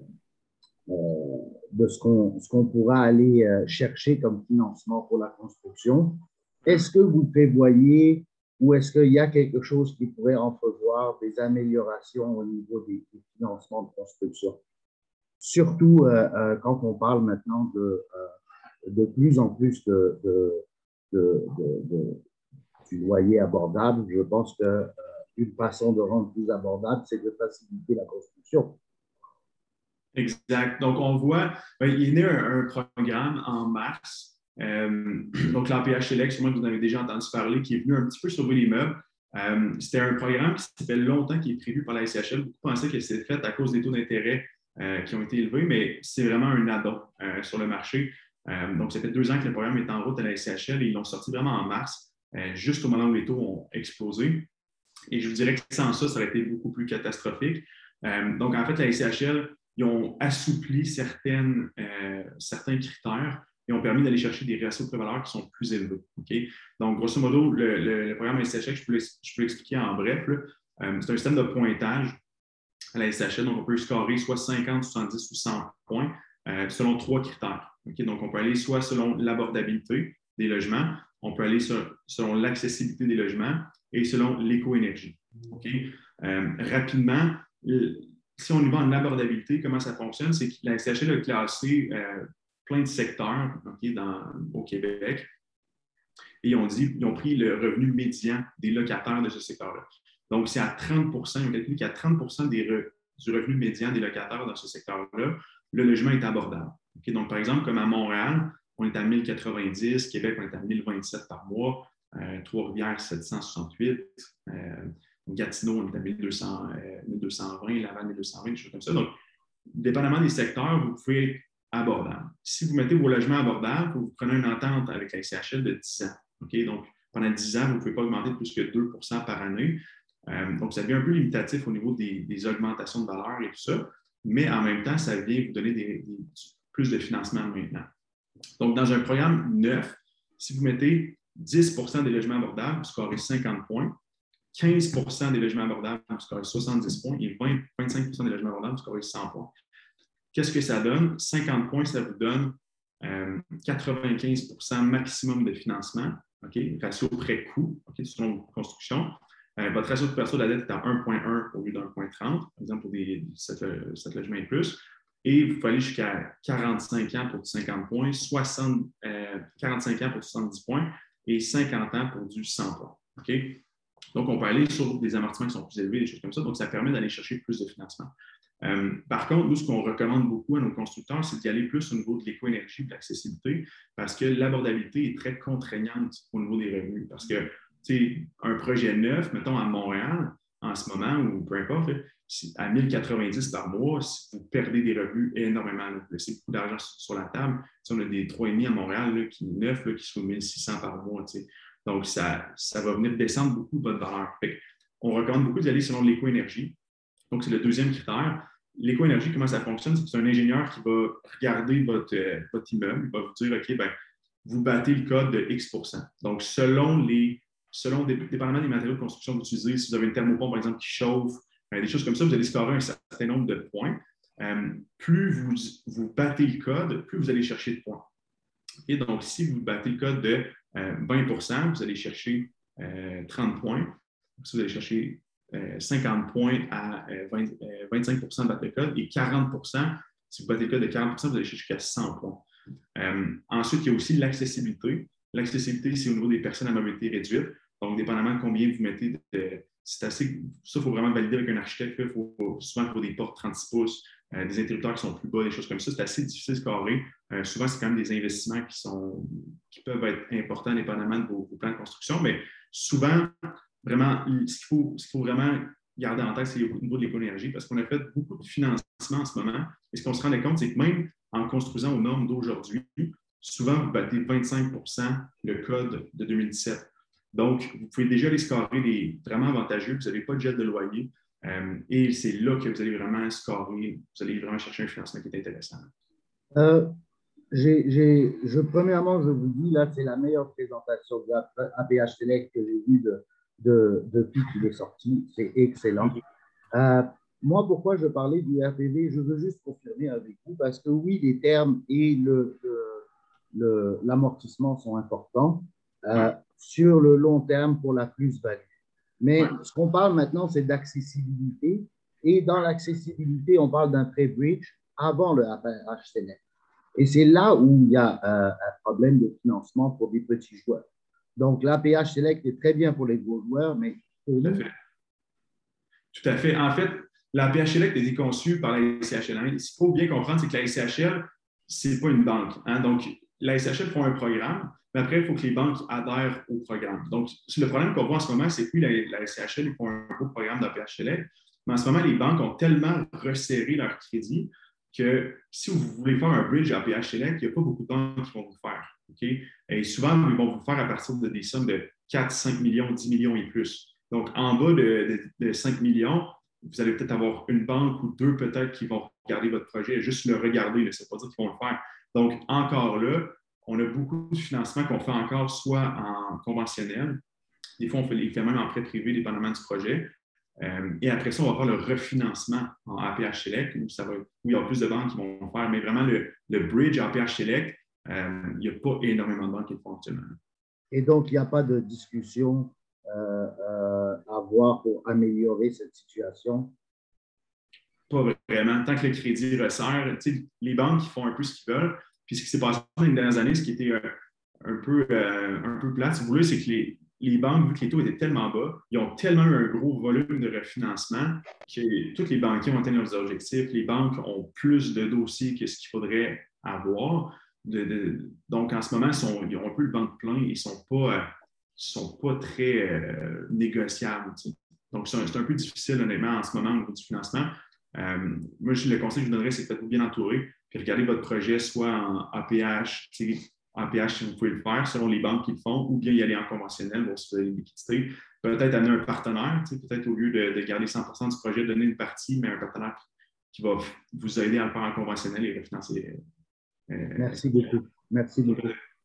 euh, de ce qu'on ce qu'on pourra aller chercher comme financement pour la construction. Est-ce que vous prévoyez ou est-ce qu'il y a quelque chose qui pourrait entrevoir des améliorations au niveau des, des financements de construction? Surtout euh, euh, quand on parle maintenant de, euh, de plus en plus de, de, de, de, de, du loyer abordable. Je pense qu'une euh, façon de rendre plus abordable, c'est de faciliter la construction. Exact. Donc, on voit, il est né un, un programme en mars. Euh, donc, l'A P H L X, sûrement que vous en avez déjà entendu parler, qui est venu un petit peu sauver les meubles. Euh, C'était un programme qui ça fait longtemps qui est prévu par la S C H L. Beaucoup pensaient que c'était fait à cause des taux d'intérêt euh, qui ont été élevés, mais c'est vraiment un add-on euh, sur le marché. Euh, donc, ça fait deux ans que le programme est en route à la S C H L et ils l'ont sorti vraiment en mars, euh, juste au moment où les taux ont explosé. Et je vous dirais que sans ça, ça aurait été beaucoup plus catastrophique. Euh, donc, en fait, la S C H L, ils ont assoupli certaines, euh, certains critères et ont permis d'aller chercher des ratios de prix-valeur qui sont plus élevés. Okay? Donc, grosso modo, le, le, le programme S C H L, je peux, je peux l'expliquer en bref, euh, c'est un système de pointage à la S H L. Donc, on peut scorer soit cinquante, soixante-dix ou cent points euh, selon trois critères. Okay? Donc, on peut aller soit selon l'abordabilité des logements, on peut aller sur, selon l'accessibilité des logements et selon l'éco-énergie. Okay? Euh, rapidement, si on y va en abordabilité, comment ça fonctionne? C'est que la S H L a classé euh, plein de secteurs okay, dans, au Québec et ils ont, dit, ils ont pris le revenu médian des locataires de ce secteur-là. Donc, c'est à trente pour cent, ils ont calculé qu'à trente pour cent des re, du revenu médian des locataires dans ce secteur-là, le logement est abordable. Okay? Donc, par exemple, comme à Montréal, on est à mille quatre-vingt-dix, Québec, on est à mille vingt-sept par mois, euh, Trois-Rivières, sept cent soixante-huit, euh, Gatineau, on est à mille deux cents, euh, mille deux cent vingt, Laval, mille deux cent vingt, des choses comme ça. Donc, dépendamment des secteurs, vous pouvez être abordable. Si vous mettez vos logements abordables, vous prenez une entente avec la S H L de dix ans. Okay? Donc, pendant dix ans, vous ne pouvez pas augmenter de plus que deux pour cent par année. Euh, donc, ça devient un peu limitatif au niveau des, des augmentations de valeur et tout ça, mais en même temps, ça vient vous donner des, des, plus de financement maintenant. Donc, dans un programme neuf, si vous mettez dix pour cent des logements abordables, vous scorez cinquante points, quinze pour cent des logements abordables, vous scorez soixante-dix points et vingt à vingt-cinq pour cent des logements abordables, vous scorez cent points. Qu'est-ce que ça donne? cinquante points, ça vous donne euh, quatre-vingt-quinze pour cent maximum de financement, okay? Ratio prêt-coût, okay, selon construction. Euh, votre ratio de couverture de la dette est à un virgule un au lieu d'un virgule trente, par exemple pour des sept logements et plus. Et vous pouvez aller jusqu'à quarante-cinq ans pour du cinquante points, soixante, euh, quarante-cinq ans pour soixante-dix points et cinquante ans pour du cent points. Okay? Donc, on peut aller sur des amortissements qui sont plus élevés, des choses comme ça. Donc, ça permet d'aller chercher plus de financement. Euh, par contre, nous, ce qu'on recommande beaucoup à nos constructeurs, c'est d'y aller plus au niveau de l'éco-énergie et de l'accessibilité parce que l'abordabilité est très contraignante au niveau des revenus. Parce que, tu sais, un projet neuf, mettons à Montréal, en ce moment, ou peu importe, à mille quatre-vingt-dix par mois, si vous perdez des revenus énormément, vous laissez beaucoup d'argent sur la table. Si on a des trois virgule cinq à Montréal là, qui neuf, là, qui sont mille six cents par mois. T'sais. Donc, ça, ça va venir descendre beaucoup votre valeur. Fait on recommande beaucoup d'y aller selon l'éco-énergie. Donc, c'est le deuxième critère. L'éco-énergie, comment ça fonctionne? C'est un ingénieur qui va regarder votre, euh, votre immeuble. Il va vous dire, OK, ben, vous battez le code de X pour cent. Donc, selon les, selon, dépendamment des matériaux de construction que vous utilisez, si vous avez une thermopompe, par exemple, qui chauffe, des choses comme ça, vous allez scorer un certain nombre de points. Euh, plus vous, vous battez le code, plus vous allez chercher de points. Et donc, si vous battez le code de euh, vingt pour cent, vous allez chercher euh, trente points. Si vous allez chercher euh, cinquante points à euh, vingt, euh, vingt-cinq pour cent de battre le code et quarante pour cent, si vous battez le code de quarante pour cent, vous allez chercher jusqu'à cent points. Euh, ensuite, il y a aussi l'accessibilité. L'accessibilité, c'est au niveau des personnes à mobilité réduite. Donc, dépendamment de combien vous mettez de, de c'est assez, ça, il faut vraiment valider avec un architecte. Il faut souvent pour des portes trente-six pouces, euh, des interrupteurs qui sont plus bas, des choses comme ça. C'est assez difficile de scorer. Euh, souvent, c'est quand même des investissements qui, sont, qui peuvent être importants dépendamment de vos, vos plans de construction. Mais souvent, vraiment, ce qu'il faut, ce qu'il faut vraiment garder en tête, c'est au niveau de l'éco-énergie parce qu'on a fait beaucoup de financement en ce moment. Et ce qu'on se rendait compte, c'est que même en construisant aux normes d'aujourd'hui, souvent, vous battez vingt-cinq pour cent le code de deux mille dix-sept. Donc, vous pouvez déjà les scorer des vraiment avantageux. Vous n'avez pas de gel de loyer. Euh, et c'est là que vous allez vraiment scorer. Vous allez vraiment chercher un financement qui est intéressant. Euh, j'ai, j'ai, je, premièrement, je vous dis, là, c'est la meilleure présentation de A P H Select que j'ai vue de, de, depuis qu'il est sorti. C'est excellent. Euh, moi, pourquoi je parlais du R P V? Je veux juste confirmer avec vous parce que oui, les termes et le, le, le, l'amortissement sont importants. Euh, sur le long terme pour la plus-value. Mais ouais. Ce qu'on parle maintenant, c'est d'accessibilité. Et dans l'accessibilité, on parle d'un pré-bridge avant le A P H Select. Et c'est là où il y a euh, un problème de financement pour des petits joueurs. Donc, l'A P H Select est très bien pour les gros joueurs, mais pour Tout nous… à fait. Tout à fait. En fait, l'A P H Select a été conçu par la S C H L. Ce qu'il faut bien comprendre, c'est que la S C H L, ce n'est pas une banque. Hein? Donc, la S C H L font un programme, mais après, il faut que les banques adhèrent au programme. Donc, le problème qu'on voit en ce moment, c'est que oui, la, la S C H L, ils font un beau programme d'A P H Select, mais en ce moment, les banques ont tellement resserré leur crédit que si vous voulez faire un bridge à P H Select, il n'y a pas beaucoup de banques qui vont vous faire. Okay? Et souvent, ils vont vous faire à partir de des sommes de quatre, cinq millions, dix millions et plus. Donc, en bas de, de, de cinq millions, vous allez peut-être avoir une banque ou deux peut-être qui vont regarder votre projet, juste le regarder, ce n'est pas dire qu'ils vont le faire. Donc, encore là, on a beaucoup de financements qu'on fait encore soit en conventionnel, des fois on fait les fait même en prêt privé, dépendamment du projet. Euh, et après ça, on va faire le refinancement en A P H Select, où, ça va, où il y a plus de banques qui vont faire, mais vraiment le, le bridge A P H Select, euh, il n'y a pas énormément de banques qui le font actuellement. Et donc, il n'y a pas de discussion euh, euh, à avoir pour améliorer cette situation? Pas vraiment. Tant que le crédit resserre, les banques ils font un peu ce qu'ils veulent. Puis ce qui s'est passé dans les dernières années, ce qui était euh, un, peu, euh, un peu plate, si vous voulez, c'est que les, les banques, vu que les taux étaient tellement bas, ils ont tellement eu un gros volume de refinancement que tous les banquiers ont atteint leurs objectifs. Les banques ont plus de dossiers que ce qu'il faudrait avoir. De, de, donc, en ce moment, ils, sont, ils ont un peu le ventre plein. Ils ne sont, euh, sont pas très euh, négociables. T'sais. Donc, c'est un, c'est un peu difficile, honnêtement, en ce moment, au niveau du financement. Euh, moi, le conseil que je vous donnerais, c'est de faites-vous bien entourer, puis regardez votre projet soit en A P H, A P H si vous pouvez le faire, selon les banques qui le font, ou bien y aller en conventionnel, voir si vous avez une liquidité. Peut-être amener un partenaire, peut-être au lieu de, de garder cent pour cent du projet, donner une partie, mais un partenaire qui va vous aider à le faire en conventionnel et refinancer. Euh, Merci beaucoup. Merci beaucoup.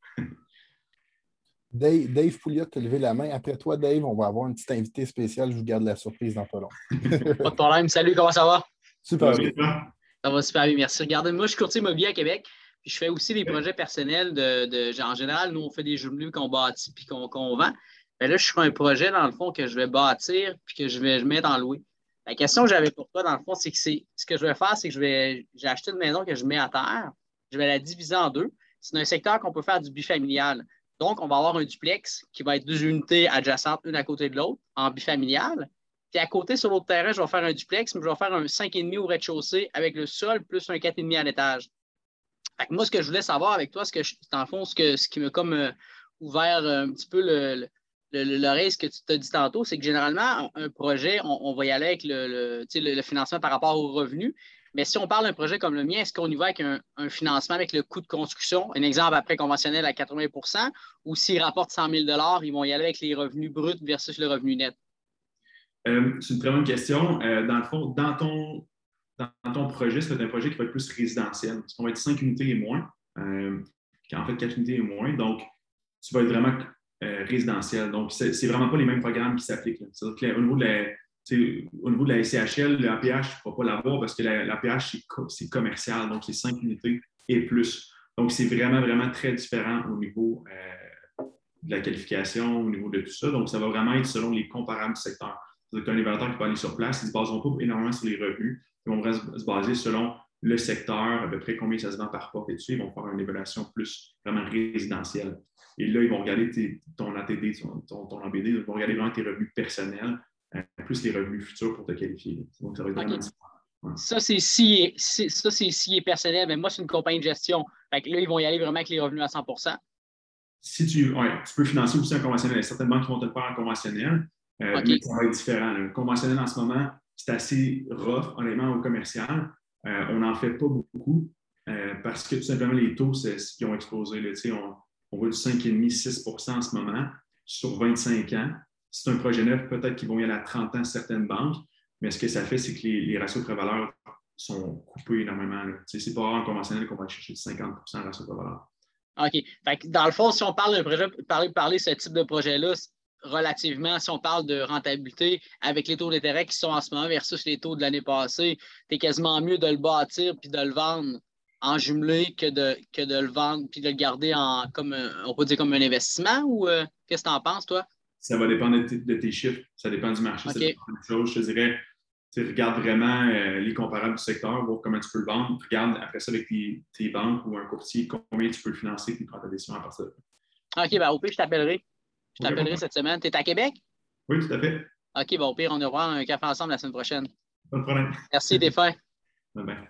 Dave, Dave Pouliot a levé la main. Après toi, Dave, on va avoir une petite invitée spéciale. Je vous garde la surprise dans pas long. Pas de problème. Salut, comment ça va? Super bien. Ça va super bien, merci. Regardez, moi, je suis courtier immobilier à Québec. Puis je fais aussi des projets personnels. De, de, en général, nous, on fait des jumelés qu'on bâtit puis qu'on qu'on vend. Mais là, je suis sur un projet, dans le fond, que je vais bâtir puis que je vais je mettre en louer. La question que j'avais pour toi, dans le fond, c'est que c'est ce que je vais faire, c'est que je vais j'ai acheté une maison que je mets à terre. Je vais la diviser en deux. C'est un secteur qu'on peut faire du bifamilial. Donc, on va avoir un duplex qui va être deux unités adjacentes, une à côté de l'autre, en bifamilial. Puis à côté, sur l'autre terrain, je vais faire un duplex, mais je vais faire un cinq virgule cinq au rez-de-chaussée avec le sol plus un quatre virgule cinq à l'étage. Fait que moi, ce que je voulais savoir avec toi, ce que je, dans le fond, ce, que, ce qui m'a comme euh, ouvert un petit peu le, le, l'oreille, ce que tu t'as dit tantôt, c'est que généralement, un projet, on, on va y aller avec le, le, le, le financement par rapport aux revenus. Mais si on parle d'un projet comme le mien, est-ce qu'on y va avec un, un financement avec le coût de construction, un exemple après conventionnel à quatre-vingts pour cent, ou s'ils rapportent cent mille dollars, ils vont y aller avec les revenus bruts versus le revenu net? Euh, c'est une très bonne question. Euh, dans le fond, dans ton, dans ton projet, c'est un projet qui va être plus résidentiel. Parce qu'on va être cinq unités et moins, euh, en fait quatre unités et moins. Donc, tu vas être vraiment euh, résidentiel. Donc, c'est, c'est vraiment pas les mêmes programmes qui s'appliquent. Là. C'est-à-dire que, au niveau de la, au niveau de la S C H L, l'A P H, tu ne pourras pas l'avoir parce que l'A P H, c'est, co- c'est commercial. Donc, c'est cinq unités et plus. Donc, c'est vraiment, vraiment très différent au niveau euh, de la qualification, au niveau de tout ça. Donc, ça va vraiment être selon les comparables du secteur. C'est-à-dire qu'un évaluateur qui va aller sur place, ils ne se baseront pas énormément sur les revenus. Ils vont vraiment se baser selon le secteur, à peu près combien ça se vend par porte et tout ça. Ils vont faire une évaluation plus vraiment résidentielle. Et là, ils vont regarder tes, ton A T D, ton, ton, ton A B D, ils vont regarder vraiment tes revenus personnels, euh, plus les revenus futurs pour te qualifier. Donc, ça va être vraiment okay. différent. Ouais. Ça, c'est si, si, ça, c'est si est personnel. Mais moi, c'est une compagnie de gestion. Fait que là, ils vont y aller vraiment avec les revenus à cent pour cent. Si tu, ouais, tu peux financer aussi un conventionnel. Il y a certaines banques qui vont te le faire en conventionnel, euh, okay. mais ça va être différent. Le conventionnel, en ce moment, c'est assez rough, honnêtement, au commercial. Euh, on n'en fait pas beaucoup euh, parce que tout simplement, les taux c'est, c'est, qui ont explosé. Là, on, on voit du cinq virgule cinq à six pour cent en ce moment sur vingt-cinq ans. C'est un projet neuf, peut-être qu'ils vont y aller à trente ans certaines banques, mais ce que ça fait, c'est que les, les ratios pré-valeurs sont coupés énormément. C'est pas en conventionnel qu'on va chercher cinquante pour cent de ratio pré-valeur. OK. Fait que dans le fond, si on parle d'un projet, parler, parler de ce type de projet-là, relativement, si on parle de rentabilité avec les taux d'intérêt qui sont en ce moment versus les taux de l'année passée, c'est quasiment mieux de le bâtir puis de le vendre en jumelé que de, que de le vendre puis de le garder en comme un, on peut dire comme un investissement ou euh, qu'est-ce que tu en penses, toi? Ça va dépendre de, t- de tes chiffres, ça dépend du marché, okay. Ça dépend de choses. Je te dirais, tu regardes vraiment euh, les comparables du secteur, voir comment tu peux le vendre. Regarde après ça avec tes, tes banques ou un courtier, combien tu peux le financer puis prendre ta décision à partir de ça. OK, bien au pire, je t'appellerai. Je t'appellerai okay, cette semaine. Tu es à Québec? Oui, tout à fait. OK, bon, au pire, on ira voir un café ensemble la semaine prochaine. Pas de problème. Merci, t'es fin. Bye-bye.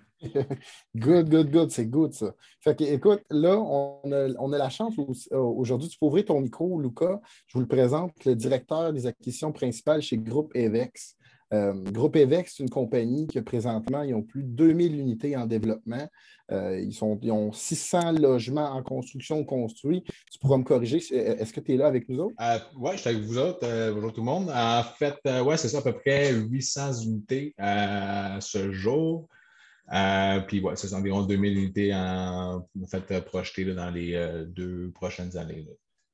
Good, good, good. C'est good, ça. Fait que, écoute, là, on a, on a la chance aujourd'hui. Tu peux ouvrir ton micro, Lucas. Je vous le présente, le directeur des acquisitions principales chez Groupe Evex. Euh, Groupe Evex, c'est une compagnie qui, présentement, ils ont plus de deux mille unités en développement. Euh, ils, sont, ils ont six cents logements en construction construits. Tu pourras me corriger. Est-ce que tu es là avec nous autres? Euh, oui, je suis avec vous autres. Euh, bonjour tout le monde. En fait, euh, oui, c'est ça, à peu près huit cents unités à ce jour. Euh, puis, ouais, c'est environ deux mille unités en, en fait, projetées là, dans les euh, deux prochaines années. Là.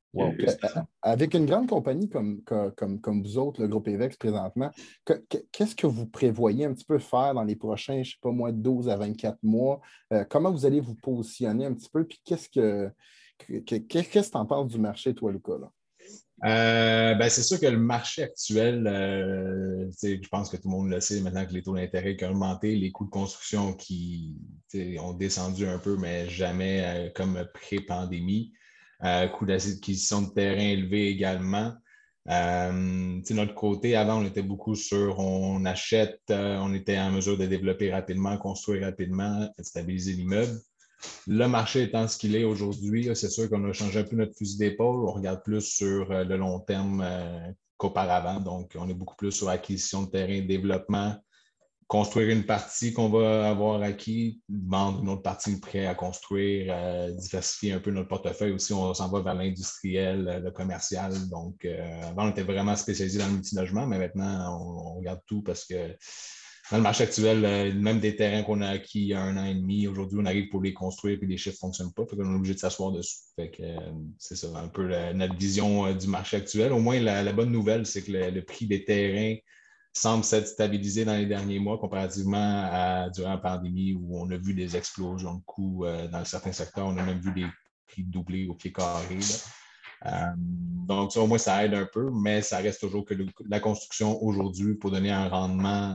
Wow. Avec une grande compagnie comme, comme, comme vous autres, le groupe Évex présentement, que, qu'est-ce que vous prévoyez un petit peu faire dans les prochains, je ne sais pas moi, douze à vingt-quatre mois? Euh, comment vous allez vous positionner un petit peu? Puis qu'est-ce que, que, qu'est-ce que tu en penses du marché, toi, Lucas? Là? Euh, ben, c'est sûr que le marché actuel, euh, je pense que tout le monde le sait maintenant que les taux d'intérêt qui ont augmenté, les coûts de construction qui ont descendu un peu, mais jamais euh, comme pré-pandémie. Euh, coûts d'acquisition de terrain élevés également. Euh, notre côté, avant, on était beaucoup sur on achète, euh, on était en mesure de développer rapidement, construire rapidement, stabiliser l'immeuble. Le marché étant ce qu'il est aujourd'hui, c'est sûr qu'on a changé un peu notre fusil d'épaule. On regarde plus sur le long terme euh, qu'auparavant. Donc, on est beaucoup plus sur acquisition de terrain, développement, construire une partie qu'on va avoir acquis, vendre une autre partie prêt à construire, euh, diversifier un peu notre portefeuille aussi. On s'en va vers l'industriel, le commercial. Donc, euh, avant, on était vraiment spécialisé dans le multilogement, mais maintenant, on, on regarde tout parce que dans le marché actuel, euh, même des terrains qu'on a acquis il y a un an et demi, aujourd'hui, on arrive pour les construire et les chiffres ne fonctionnent pas. Fait qu'on est obligé de s'asseoir dessus. Fait que, euh, c'est ça, un peu la, notre vision euh, du marché actuel. Au moins, la, la bonne nouvelle, c'est que le, le prix des terrains semble s'être stabilisé dans les derniers mois comparativement à durant la pandémie où on a vu des explosions de coûts euh, dans certains secteurs. On a même vu des prix doubler au pied carré. Euh, donc, ça, au moins, ça aide un peu, mais ça reste toujours que le, la construction aujourd'hui, pour donner un rendement,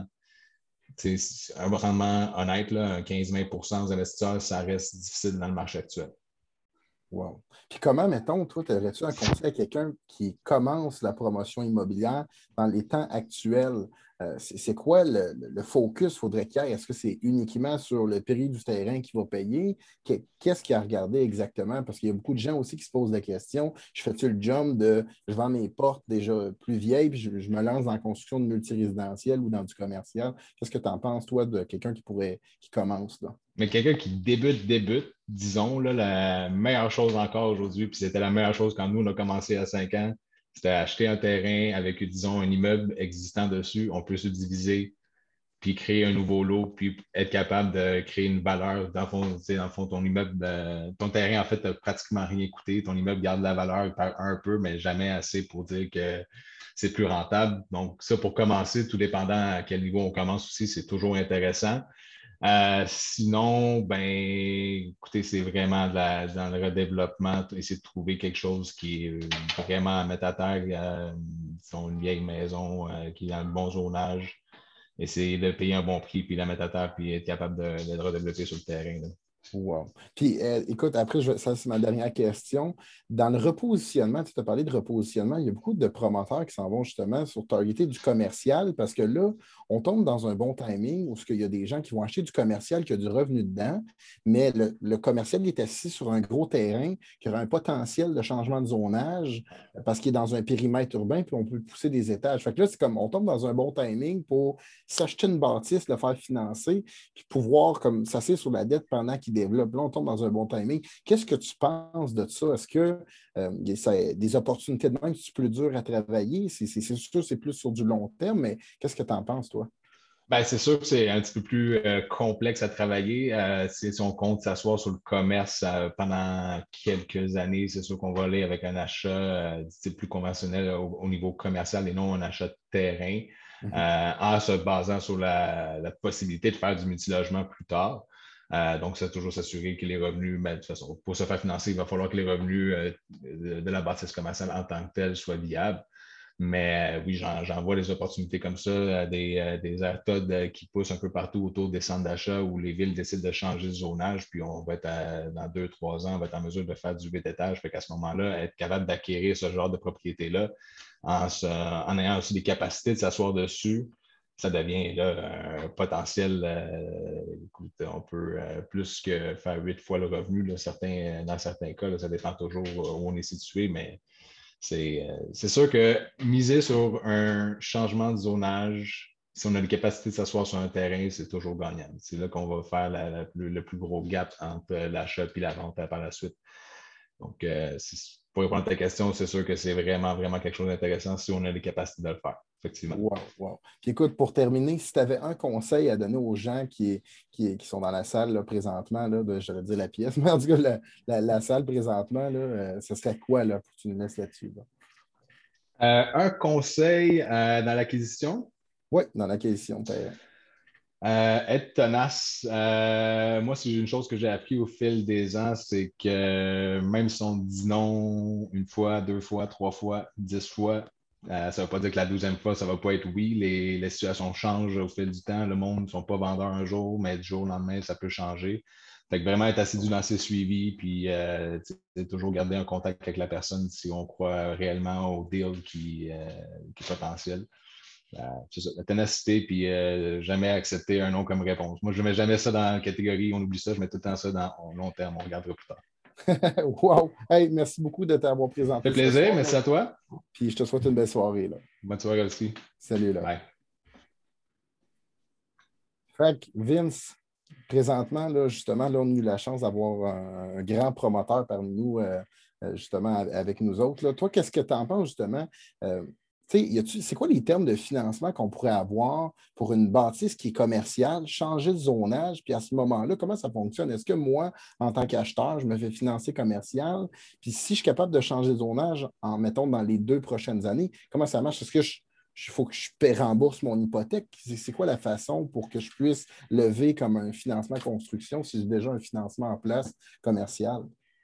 un rendement honnête, là, un quinze à vingt pour cent aux investisseurs, ça reste difficile dans le marché actuel. Wow. Puis comment, mettons, toi, aurais-tu un conseil à quelqu'un qui commence la promotion immobilière dans les temps actuels? Euh, c'est, c'est quoi le, le focus faudrait qu'il y ait? Est-ce que c'est uniquement sur le prix du terrain qui va payer? Qu'est-ce qu'il y a à regarder exactement? Parce qu'il y a beaucoup de gens aussi qui se posent la question. Je fais-tu le jump de je vends mes portes déjà plus vieilles puis je, je me lance dans la construction de multirésidentiel ou dans du commercial? Qu'est-ce que tu en penses, toi, de quelqu'un qui pourrait qui commence là? Mais quelqu'un qui débute, débute, disons, là, la meilleure chose encore aujourd'hui, puis c'était la meilleure chose quand nous, on a commencé à cinq ans, c'était acheter un terrain avec, disons, un immeuble existant dessus. On peut se diviser, puis créer un nouveau lot, puis être capable de créer une valeur. Dans le fond, dans le fond ton immeuble, euh, ton terrain, en fait, n'a pratiquement rien coûté. Ton immeuble garde la valeur, il perd un peu, mais jamais assez pour dire que c'est plus rentable. Donc, ça, pour commencer, tout dépendant à quel niveau on commence aussi, c'est toujours intéressant. Euh, sinon, ben, écoutez, c'est vraiment de la, dans le redéveloppement, essayer de trouver quelque chose qui est vraiment à mettre à terre, euh, disons une vieille maison euh, qui est dans le bon zonage, essayer de payer un bon prix, puis la mettre à terre, puis être capable de, de le redévelopper sur le terrain. Là. Wow. Puis, euh, écoute, après, je, ça, c'est ma dernière question. Dans le repositionnement, tu as parlé de repositionnement, il y a beaucoup de promoteurs qui s'en vont justement sur targeter du commercial parce que là, on tombe dans un bon timing où il y a des gens qui vont acheter du commercial qui a du revenu dedans, mais le, le commercial est assis sur un gros terrain qui aura un potentiel de changement de zonage parce qu'il est dans un périmètre urbain, puis on peut pousser des étages. Fait que là, c'est comme on tombe dans un bon timing pour s'acheter une bâtisse, le faire financer, puis pouvoir comme s'asseoir sur la dette pendant qu'il développe. Là, on tombe dans un bon timing. Qu'est-ce que tu penses de ça? Est-ce que euh, ça, des opportunités de même, c'est plus dur à travailler? C'est, c'est, c'est sûr c'est plus sur du long terme, mais qu'est-ce que tu en penses, toi? Ben, c'est sûr que c'est un petit peu plus euh, complexe à travailler. Euh, si on compte s'asseoir sur le commerce euh, pendant quelques années, c'est sûr qu'on va aller avec un achat euh, plus conventionnel au, au niveau commercial et non un achat de terrain, mm-hmm. euh, en se basant sur la, la possibilité de faire du multilogement plus tard. Euh, donc, c'est toujours s'assurer que les revenus, ben, de toute façon, pour se faire financer, il va falloir que les revenus euh, de, de la bâtisse commerciale en tant que telle soient viables. Mais euh, oui, j'en, j'en vois des opportunités comme ça, des, euh, des R T O D qui poussent un peu partout autour des centres d'achat où les villes décident de changer de zonage, puis on va être à, dans deux, trois ans, on va être en mesure de faire du huit étages. Fait qu'à ce moment-là, être capable d'acquérir ce genre de propriété-là en, se, en ayant aussi des capacités de s'asseoir dessus, ça devient là, un potentiel, euh, écoute, on peut euh, plus que faire huit fois le revenu, là, certains, dans certains cas, là, ça dépend toujours où on est situé, mais c'est, euh, c'est sûr que miser sur un changement de zonage, si on a les capacités de s'asseoir sur un terrain, c'est toujours gagnant. C'est là qu'on va faire la, la, le, le plus gros gap entre l'achat et la vente par la suite. Donc, euh, pour répondre à ta question, c'est sûr que c'est vraiment, vraiment quelque chose d'intéressant si on a les capacités de le faire. Effectivement. Wow, wow. Puis écoute, pour terminer, si tu avais un conseil à donner aux gens qui, qui, qui sont dans la salle là, présentement, là, de, j'allais dire la pièce, mais en tout cas, la, la, la salle présentement, là, euh, ce serait quoi là, pour que tu nous laisses là-dessus? Là? Euh, un conseil euh, dans l'acquisition? Oui, dans l'acquisition. Euh, être tenace. Euh, moi, c'est une chose que j'ai appris au fil des ans, c'est que même si on dit non une fois, deux fois, trois fois, dix fois, euh, ça ne veut pas dire que la douzième fois, ça ne va pas être oui. Les, les situations changent au fil du temps. Le monde ne sont pas vendeurs un jour, mais du jour au lendemain, ça peut changer. Fait que vraiment être assidu dans ses suivis, puis euh, toujours garder un contact avec la personne si on croit réellement au deal qui, euh, qui est potentiel. Euh, c'est ça, la ténacité, puis euh, jamais accepter un non comme réponse. Moi, je ne mets jamais ça dans la catégorie on oublie ça, je mets tout le temps ça dans long terme, on regardera plus tard. Wow! Hey, merci beaucoup de t'avoir présenté. Ça fait plaisir, merci à toi. Puis je te souhaite une belle soirée. Là. Bonne soirée aussi. Salut. Là. Bye. Fait que Vince, présentement, là, justement, là, on a eu la chance d'avoir un, un grand promoteur parmi nous, euh, justement, avec nous autres. Là. Toi, qu'est-ce que tu en penses, justement? Euh, c'est quoi les termes de financement qu'on pourrait avoir pour une bâtisse qui est commerciale, changer de zonage, puis à ce moment-là, comment ça fonctionne? Est-ce que moi, en tant qu'acheteur, je me fais financer commercial? Puis si je suis capable de changer de zonage, en mettons dans les deux prochaines années, comment ça marche? Est-ce que je il faut que je paie rembourse mon hypothèque? C'est quoi la façon pour que je puisse lever comme un financement construction si j'ai déjà un financement en place commercial?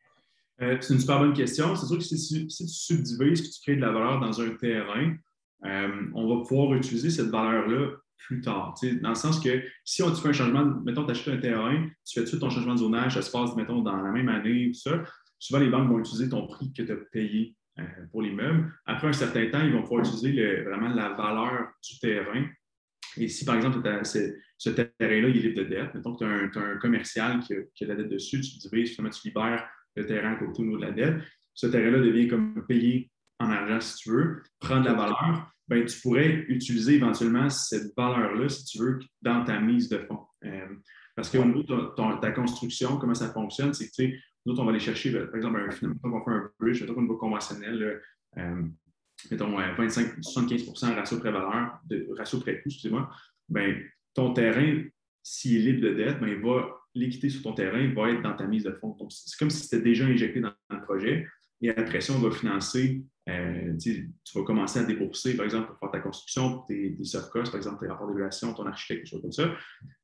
Euh, c'est une super bonne question. C'est sûr que si, si tu subdivises, que tu crées de la valeur dans un terrain, euh, on va pouvoir utiliser cette valeur-là plus tard. Dans le sens que si on tu fais un changement, mettons, tu achètes un terrain, tu fais tout de suite ton changement de zonage, ça se passe, mettons, dans la même année, tout ça. Souvent, les banques vont utiliser ton prix que tu as payé euh, pour l'immeuble. Après un certain temps, ils vont pouvoir utiliser le, vraiment la valeur du terrain. Et si, par exemple, ce terrain-là, il est libre de dette, mettons que tu as un, tu as un commercial qui a, qui a de la dette dessus, tu divises, finalement, tu libères le terrain à côté au niveau de la dette. Ce terrain-là devient comme payé en argent, si tu veux, prendre la valeur. Ben, tu pourrais utiliser éventuellement cette valeur-là, si tu veux, dans ta mise de fonds. Euh, parce qu'au niveau de ta, ta construction, comment ça fonctionne, c'est que, tu sais, nous autres, on va aller chercher, par exemple, un financement, on va faire un bridge, mettons qu'on va conventionnel, euh, mettons vingt-cinq à soixante-quinze pour cent ratio pré-valeur, ratio pré-coût, excusez-moi, ben, ton terrain, s'il est libre de dette, ben, il va, l'équité sur ton terrain va être dans ta mise de fonds. Donc, c'est comme si c'était déjà injecté dans, dans le projet. Et après ça, on va financer, euh, tu vas commencer à débourser, par exemple, pour faire ta construction, tes, tes soft costs, par exemple, tes rapports d'évaluation, ton architecte, des choses comme ça.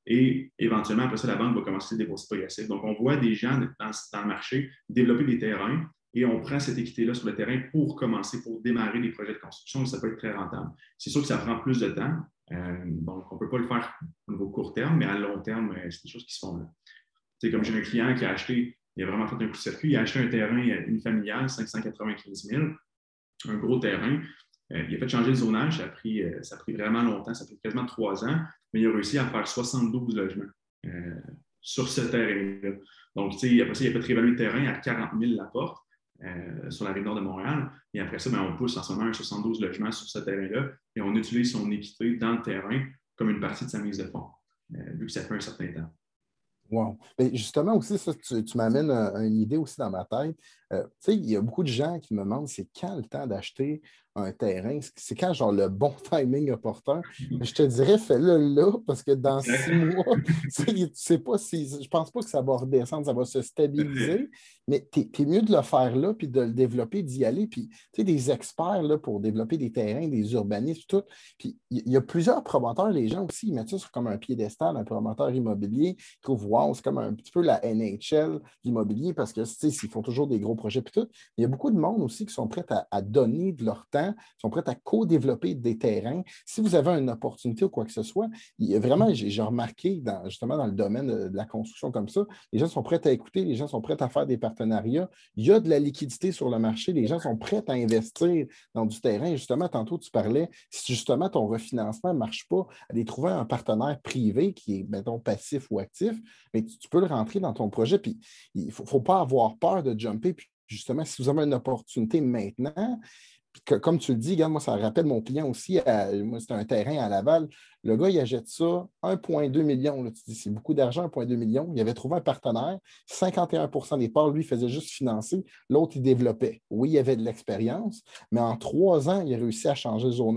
Et éventuellement, après ça, la banque va commencer à débourser progressif. Donc, on voit des gens dans, dans le marché développer des terrains et on prend cette équité-là sur le terrain pour commencer, pour démarrer des projets de construction. Ça peut être très rentable. C'est sûr que ça prend plus de temps. Euh, donc, on ne peut pas le faire au niveau court terme, mais à long terme, c'est des choses qui se font là. C'est comme j'ai un client qui a acheté, il a vraiment fait un coup de circuit, il a acheté un terrain unifamilial, cinq cent quatre-vingt-quinze mille, un gros terrain. Euh, il a fait changer le zonage, ça a, pris, euh, ça a pris vraiment longtemps, ça a pris quasiment trois ans, mais il a réussi à faire soixante-douze logements euh, sur ce terrain-là. Donc, tu sais, après ça, il a fait réévaluer le terrain à quarante mille la porte. Euh, sur la rive nord de Montréal. Et après ça, bien, on pousse en ce moment un soixante-douze logements sur ce terrain-là et on utilise son équité dans le terrain comme une partie de sa mise de fonds, euh, vu que ça fait un certain temps. Wow. Mais justement aussi, ça, tu, tu m'amènes une idée aussi dans ma tête. Euh, tu sais, il y a beaucoup de gens qui me demandent c'est quand le temps d'acheter un terrain, c'est quand genre le bon timing opportun. Je te dirais, fais-le là, parce que dans six mois, tu sais pas si, je pense pas que ça va redescendre, ça va se stabiliser, mais tu es mieux de le faire là, puis de le développer, d'y aller. Puis, tu sais, des experts là, pour développer des terrains, des urbanistes, tout. Puis, il y a plusieurs promoteurs, les gens aussi, ils mettent ça sur comme un piédestal, un promoteur immobilier. Ils trouvent, wow, c'est comme un petit peu la N H L de l'immobilier, parce que, tu sais, ils font toujours des gros projets, puis tout. Il y a beaucoup de monde aussi qui sont prêts à, à donner de leur temps, qui sont prêts à co-développer des terrains. Si vous avez une opportunité ou quoi que ce soit, il y a vraiment, j'ai remarqué dans, justement dans le domaine de, de la construction comme ça, les gens sont prêts à écouter, les gens sont prêts à faire des partenariats. Il y a de la liquidité sur le marché, les gens sont prêts à investir dans du terrain. Justement, tantôt, tu parlais, si justement ton refinancement ne marche pas, aller trouver un partenaire privé qui est, mettons, passif ou actif, mais tu, tu peux le rentrer dans ton projet. Puis il ne faut, faut pas avoir peur de jumper. Puis justement, si vous avez une opportunité maintenant, que, comme tu le dis, regarde, moi, ça rappelle mon client aussi. À, moi, c'était un terrain à Laval. Le gars, il achète ça, un virgule deux million. Là, tu dis, c'est beaucoup d'argent, un virgule deux million. Il avait trouvé un partenaire. cinquante et un pour cent des parts, lui, il faisait juste financer. L'autre, il développait. Oui, il avait de l'expérience, mais en trois ans, il a réussi à changer le zonage.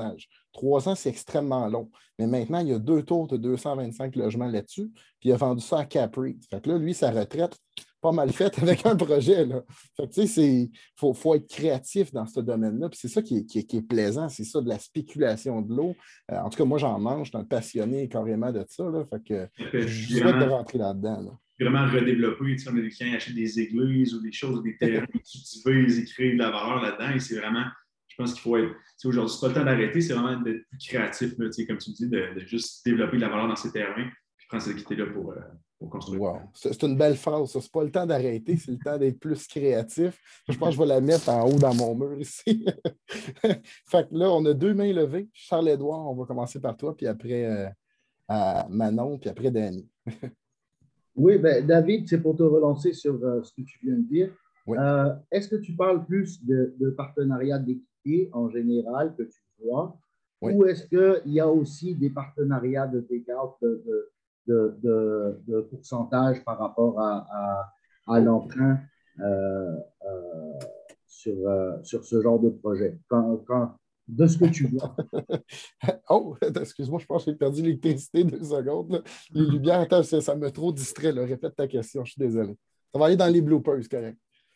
Trois ans, c'est extrêmement long. Mais maintenant, il y a deux tours de deux cent vingt-cinq logements là-dessus, puis il a vendu ça à Caprate. Fait que là, lui, sa retraite, pas mal faite avec un projet. Là. Fait que tu sais, il faut, faut être créatif dans ce domaine-là. Puis c'est ça qui est, qui est, qui est plaisant, c'est ça, de la spéculation de l'eau. Euh, en tout cas, moi, j'en mange, je suis un passionné carrément de ça. Là. Fait que je souhaite de rentrer là-dedans. Là. Vraiment redévelopper. Tu sais, on a des clients qui achètent des églises ou des choses, des terrains, tu divises, ils créent de la valeur là-dedans. Et c'est vraiment, je pense qu'il faut être. Aujourd'hui, c'est pas le temps d'arrêter, c'est vraiment d'être plus créatif, là, comme tu dis, de, de juste développer de la valeur dans ces terrains, puis prendre cette équité-là pour, euh, pour construire. Wow. C'est, c'est une belle phrase, ça. C'est pas le temps d'arrêter, c'est le temps d'être plus créatif. Je pense que je vais la mettre en haut dans mon mur ici. Fait que là, on a deux mains levées. Charles-Édouard, on va commencer par toi, puis après euh, à Manon, puis après Danny. Oui, ben, David, c'est pour te relancer sur euh, ce que tu viens de dire. Oui. Euh, est-ce que tu parles plus de, de partenariat d'équité en général que tu vois, oui. ou est-ce qu'il y a aussi des partenariats de take-out de, de, de, de, de pourcentage par rapport à, à, à l'emprunt euh, euh, sur, euh, sur ce genre de projet, quand, quand, de ce que tu vois? Oh, excuse-moi, je pense que j'ai perdu l'électricité deux secondes. Là. Les lumières, attends, ça, ça m'a trop distrait. Là. Répète ta question, je suis désolé. Ça va aller dans les bloopers, correct.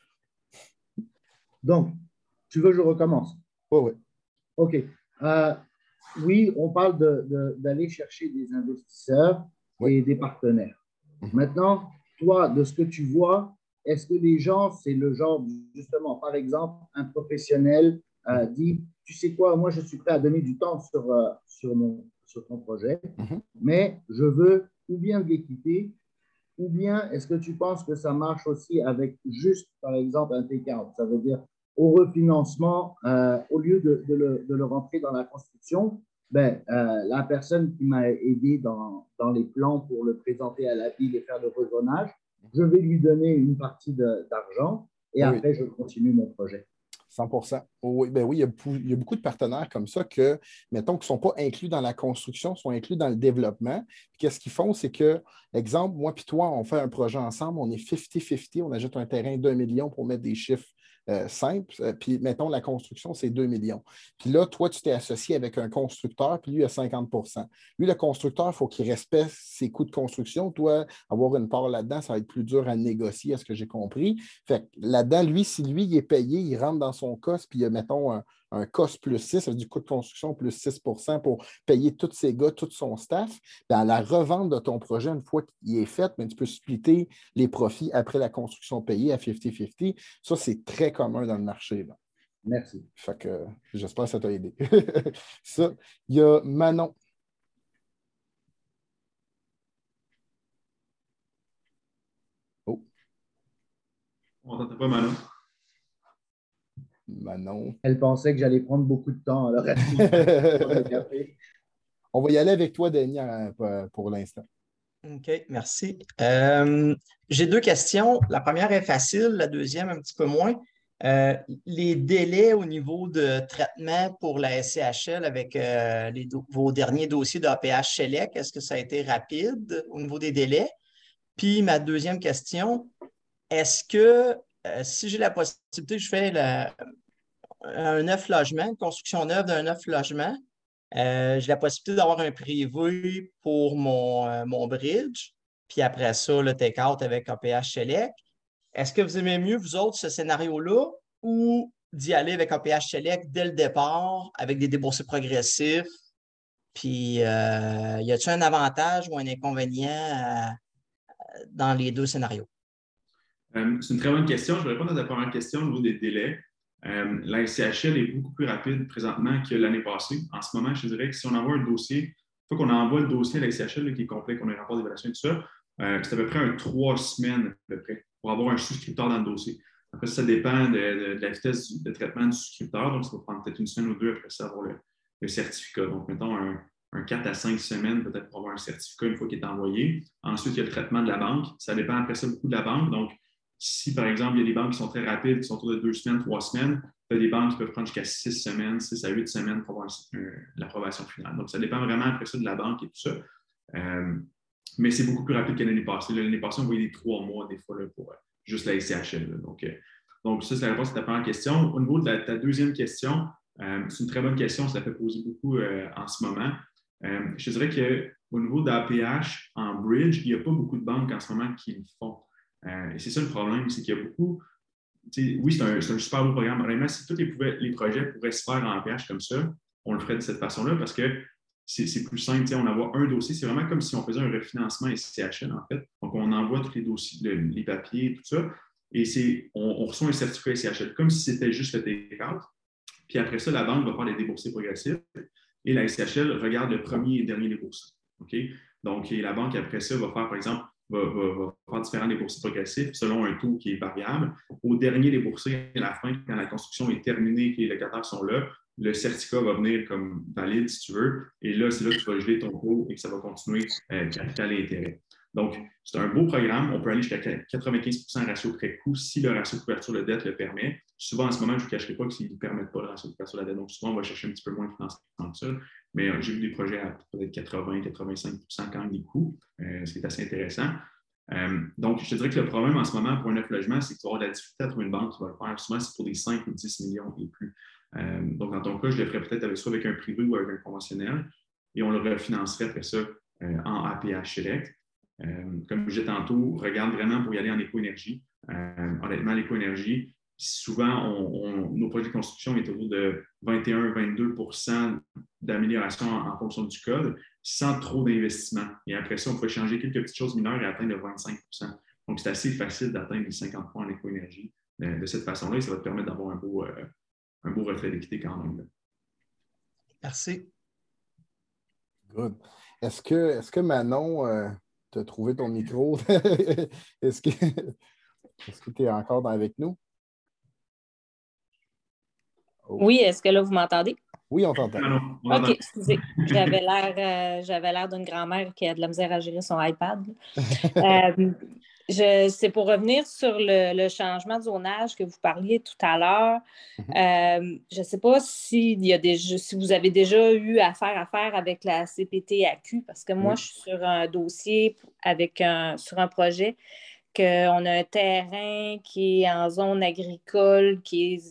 Donc, tu veux que je recommence? Oui, oui. OK. Euh, oui, on parle de, de, d'aller chercher des investisseurs oui. et des partenaires. Mm-hmm. Maintenant, toi, de ce que tu vois, est-ce que les gens, c'est le genre, justement, par exemple, un professionnel euh, dit, tu sais quoi, moi, je suis prêt à donner du temps sur, euh, sur, mon, sur ton projet, mm-hmm. mais je veux ou bien de l'équité, ou bien est-ce que tu penses que ça marche aussi avec juste, par exemple, un take-out? Ça veut dire au refinancement, euh, au lieu de, de, le, de le rentrer dans la construction, ben, euh, la personne qui m'a aidé dans, dans les plans pour le présenter à la ville et faire le rezonage, je vais lui donner une partie de, d'argent et oui. après, je continue mon projet. cent pour cent. Oui, ben oui, il y, a, il y a beaucoup de partenaires comme ça que, mettons, qui ne sont pas inclus dans la construction, sont inclus dans le développement. Puis qu'est-ce qu'ils font? C'est que, exemple, moi puis toi, on fait un projet ensemble, on est cinquante cinquante, on achète un terrain d'un million pour mettre des chiffres euh, simples. Euh, puis, mettons, la construction, c'est deux millions. Puis là, toi, tu t'es associé avec un constructeur, puis lui, il a cinquante pour cent. Lui, le constructeur, il faut qu'il respecte ses coûts de construction. Toi, avoir une part là-dedans, ça va être plus dur à négocier, à ce que j'ai compris. Fait que là-dedans, lui, si lui, il est payé, il rentre dans son cost, puis il y a, mettons, un, un cost plus six, ça veut dire du coût de construction plus six pour cent pour payer tous ses gars, tout son staff. Dans la revente de ton projet, une fois qu'il est fait, bien, tu peux splitter les profits après la construction payée à cinquante cinquante. Ça, c'est très commun dans le marché. Là. Merci. Fait que j'espère que ça t'a aidé. Ça, il y a Manon. Oh. On n'entend pas Manon. Manon. Elle pensait que j'allais prendre beaucoup de temps. Alors, on va y aller avec toi, Denis, pour l'instant. OK, merci. Euh, j'ai deux questions. La première est facile, la deuxième un petit peu moins. Euh, les délais au niveau de traitement pour la S C H L avec euh, les do- vos derniers dossiers d'A P H Select, est-ce que ça a été rapide au niveau des délais? Puis ma deuxième question, est-ce que euh, si j'ai la possibilité, je fais la, un neuf logements, une construction neuve d'un neuf logements, euh, j'ai la possibilité d'avoir un privé pour mon, euh, mon bridge, puis après ça, le take-out avec A P H Select. Est-ce que vous aimez mieux, vous autres, ce scénario-là ou d'y aller avec A P H Select dès le départ, avec des déboursés progressifs? Puis, euh, y a-t-il un avantage ou un inconvénient euh, dans les deux scénarios? Euh, c'est une très bonne question. Je vais répondre à ta première question au niveau des délais. Euh, la S C H L est beaucoup plus rapide présentement que l'année passée. En ce moment, je dirais que si on envoie un dossier, une fois qu'on envoie le dossier à la S C H L là, qui est complet, qu'on a un rapport d'évaluation et tout ça, euh, c'est à peu près un trois semaines à peu près pour avoir un souscripteur dans le dossier. Après, ça dépend de, de, de la vitesse de traitement du souscripteur. Donc, ça va prendre peut-être une semaine ou deux après ça avoir le, le certificat. Donc, mettons un, un quatre à cinq semaines peut-être pour avoir un certificat une fois qu'il est envoyé. Ensuite, il y a le traitement de la banque. Ça dépend après ça beaucoup de la banque. Donc, si, par exemple, il y a des banques qui sont très rapides, qui sont autour de deux semaines, trois semaines, il y a des banques qui peuvent prendre jusqu'à six semaines, six à huit semaines pour avoir un, un, l'approbation finale. Donc, ça dépend vraiment après ça de la banque et tout ça. Euh, mais c'est beaucoup plus rapide que l'année passée. L'année passée, on voyait des trois mois des fois là, pour euh, juste la S C H L. Donc, euh, donc, ça, c'est la réponse à ta première question. Au niveau de la, ta deuxième question, Euh, c'est une très bonne question, ça fait poser beaucoup euh, en ce moment. Euh, je dirais qu'au niveau d'A P H, en bridge, il n'y a pas beaucoup de banques en ce moment qui le font. Euh, et c'est ça le problème, c'est qu'il y a beaucoup. Oui, c'est un, c'est un super beau programme. Vraiment, si tous les, les projets pourraient se faire en A P H comme ça, on le ferait de cette façon-là parce que c'est, c'est plus simple. On envoie un dossier. C'est vraiment comme si on faisait un refinancement S C H L, en fait. Donc, on envoie tous les dossiers, le, les papiers, tout ça. Et c'est, on, on reçoit un certificat S C H L, comme si c'était juste le take-out. Puis après ça, la banque va faire les déboursés progressifs et la S C H L regarde le premier et dernier déboursé. Okay? Donc, et la banque, après ça, va faire, par exemple, Va, va, va faire différents déboursés progressifs selon un taux qui est variable. Au dernier déboursé, à la fin, quand la construction est terminée, que les locataires sont là, le certificat va venir comme valide, si tu veux, et là, c'est là que tu vas geler ton taux et que ça va continuer euh, capital et intérêt. Donc, c'est un beau programme. On peut aller jusqu'à quatre-vingt-quinze pour cent ratio prêt-coût si le ratio de couverture de dette le permet. Souvent, en ce moment, je ne vous cacherai pas qu'ils ne permettent pas le ratio de couverture de la dette. Donc, souvent, on va chercher un petit peu moins de financement que ça. Mais euh, j'ai vu des projets à peut-être quatre-vingts à quatre-vingt-cinq pour cent quand même des coûts, euh, ce qui est assez intéressant. Euh, donc, je te dirais que le problème en ce moment pour un neuf logements, c'est que tu vas avoir de la difficulté à trouver une banque qui va le faire. Souvent, c'est pour des cinq ou dix millions et plus. Euh, donc, dans ton cas, je le ferais peut-être avec, soit avec un privé ou avec un conventionnel et on le refinancerait après ça euh, en A P H Select. Euh, comme je disais tantôt, regarde vraiment pour y aller en éco-énergie. Euh, honnêtement, l'éco-énergie, souvent, on, on, nos projets de construction est autour de vingt et un à vingt-deux pour cent d'amélioration en, en fonction du code, sans trop d'investissement. Et après ça, on peut changer quelques petites choses mineures et atteindre le vingt-cinq pour cent. Donc, c'est assez facile d'atteindre les cinquante points en éco-énergie euh, de cette façon-là et ça va te permettre d'avoir un beau, euh, un beau retrait d'équité quand même. Là. Merci. Good. Est-ce que, est-ce que Manon, euh, tu as trouvé ton micro? Est-ce que est-ce que tu es encore dans, avec nous? Oh. Oui, est-ce que là, vous m'entendez? Oui, on t'entend. Non, non, on OK, excusez. J'avais l'air, euh, j'avais l'air d'une grand-mère qui a de la misère à gérer son iPad. euh, je, c'est pour revenir sur le, le changement de zonage que vous parliez tout à l'heure. Euh, je ne sais pas si, il y a des, si vous avez déjà eu affaire à faire avec la C P T A Q, parce que moi, oui. Je suis sur un dossier avec un, sur un projet qu'on a un terrain qui est en zone agricole, qui est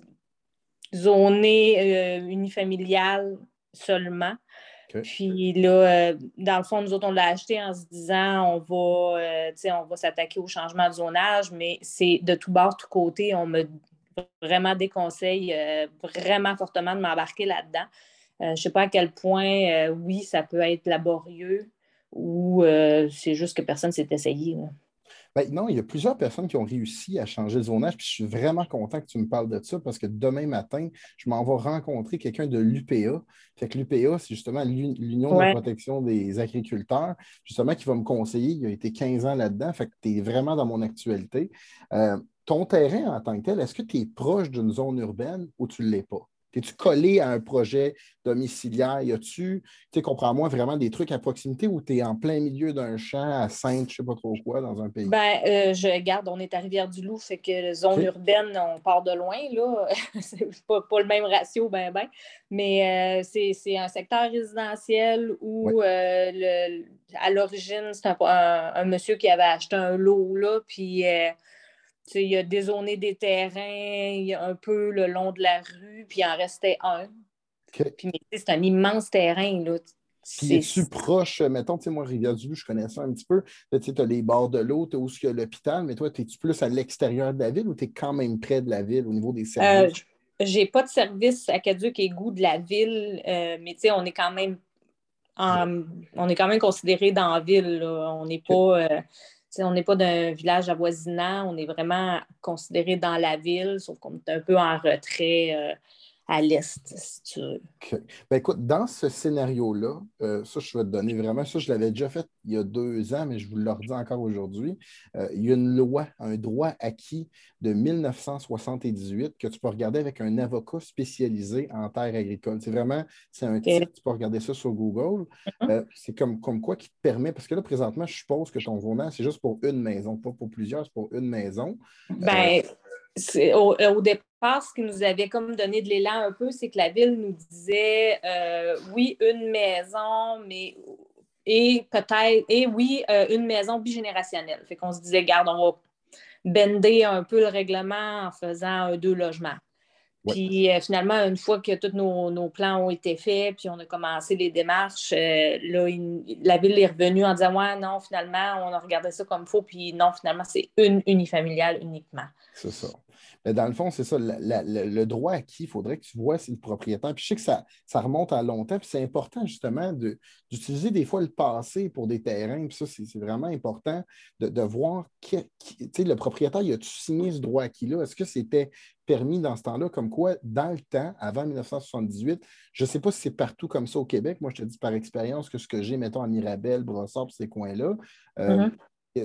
zoné euh, unifamilial seulement. Okay. Puis là, euh, dans le fond, nous autres, on l'a acheté en se disant on va, euh, on va s'attaquer au changement de zonage, mais c'est de tout bord, tout côté, on me vraiment déconseille euh, vraiment fortement de m'embarquer là-dedans. Euh, je ne sais pas à quel point, euh, oui, ça peut être laborieux ou euh, c'est juste que personne ne s'est essayé. Là. Ben non, il y a plusieurs personnes qui ont réussi à changer le zonage, puis je suis vraiment content que tu me parles de ça parce que demain matin, je m'en vais rencontrer quelqu'un de l'U P A. Fait que l'U P A, c'est justement l'Union ouais. de la protection des agriculteurs, justement, qui va me conseiller. Il a été quinze ans là-dedans, fait que tu es vraiment dans mon actualité. Euh, ton terrain en tant que tel, est-ce que tu es proche d'une zone urbaine ou tu ne l'es pas? Es-tu collé à un projet domiciliaire? Y a-tu, tu sais, comprends-moi vraiment des trucs à proximité ou tu es en plein milieu d'un champ à Sainte, je ne sais pas trop quoi, dans un pays? Ben, euh, je garde, on est à Rivière-du-Loup, fait que zone okay. urbaine, on part de loin, là. C'est pas, pas le même ratio, ben, ben. Mais euh, c'est, c'est un secteur résidentiel où, ouais. euh, le, à l'origine, c'est un, un, un monsieur qui avait acheté un lot, là, puis. Euh, il a dézoné des terrains un peu le long de la rue, puis il en restait un. Okay. Puis, mais, c'est un immense terrain. Là. Puis es-tu proche, mettons, tu sais, moi, Rivière-du-Loup, je connais ça un petit peu. Tu as les bords de l'eau, tu es où il y a l'hôpital, mais toi, es-tu plus à l'extérieur de la ville ou tu es quand même près de la ville au niveau des services? Euh, j'ai pas de service à Caduc et Goût de la ville, euh, mais tu sais, on est quand même en, on est quand même considéré dans la ville. Là. On n'est pas. Okay. Euh, on n'est pas d'un village avoisinant, on est vraiment considéré dans la ville, sauf qu'on est un peu en retrait euh, à l'est, si tu veux. Okay. Ben écoute, dans ce scénario-là, euh, ça, je vais te donner vraiment, ça, je l'avais déjà fait il y a deux ans, mais je vous le redis encore aujourd'hui. Euh, il y a une loi, un droit acquis de mille neuf cent soixante-dix-huit que tu peux regarder avec un avocat spécialisé en terres agricoles. C'est vraiment, c'est un okay. titre, tu peux regarder ça sur Google. Mm-hmm. Euh, c'est comme, comme quoi qui te permet, parce que là, présentement, je suppose que ton zonage, c'est juste pour une maison, pas pour plusieurs, c'est pour une maison. Ben, euh, c'est, au, au départ, ce qui nous avait comme donné de l'élan un peu, c'est que la ville nous disait euh, oui, une maison, mais et peut-être, et oui, euh, une maison bigénérationnelle. Fait qu'on se disait, garde, on va bender un peu le règlement en faisant un deux logements. Ouais. Puis euh, finalement, une fois que tous nos, nos plans ont été faits, puis on a commencé les démarches, euh, là, il, la ville est revenue en disant ouais, non, finalement, on a regardé ça comme il faut, puis non, finalement, c'est une unifamiliale uniquement. C'est ça. Mais dans le fond, c'est ça. La, la, le, le droit acquis, il faudrait que tu vois si le propriétaire. Puis je sais que ça, ça remonte à longtemps. Puis c'est important, justement, de, d'utiliser des fois le passé pour des terrains. Puis ça, c'est, c'est vraiment important de, de voir qui, qui, tu sais, le propriétaire, il a-tu signé ce droit acquis-là? Est-ce que c'était permis dans ce temps-là? Comme quoi, dans le temps, avant dix-neuf cent soixante-dix-huit, je ne sais pas si c'est partout comme ça au Québec. Moi, je te dis par expérience que ce que j'ai, mettons, à Mirabel, Brossard, ces coins-là, euh, Mm-hmm.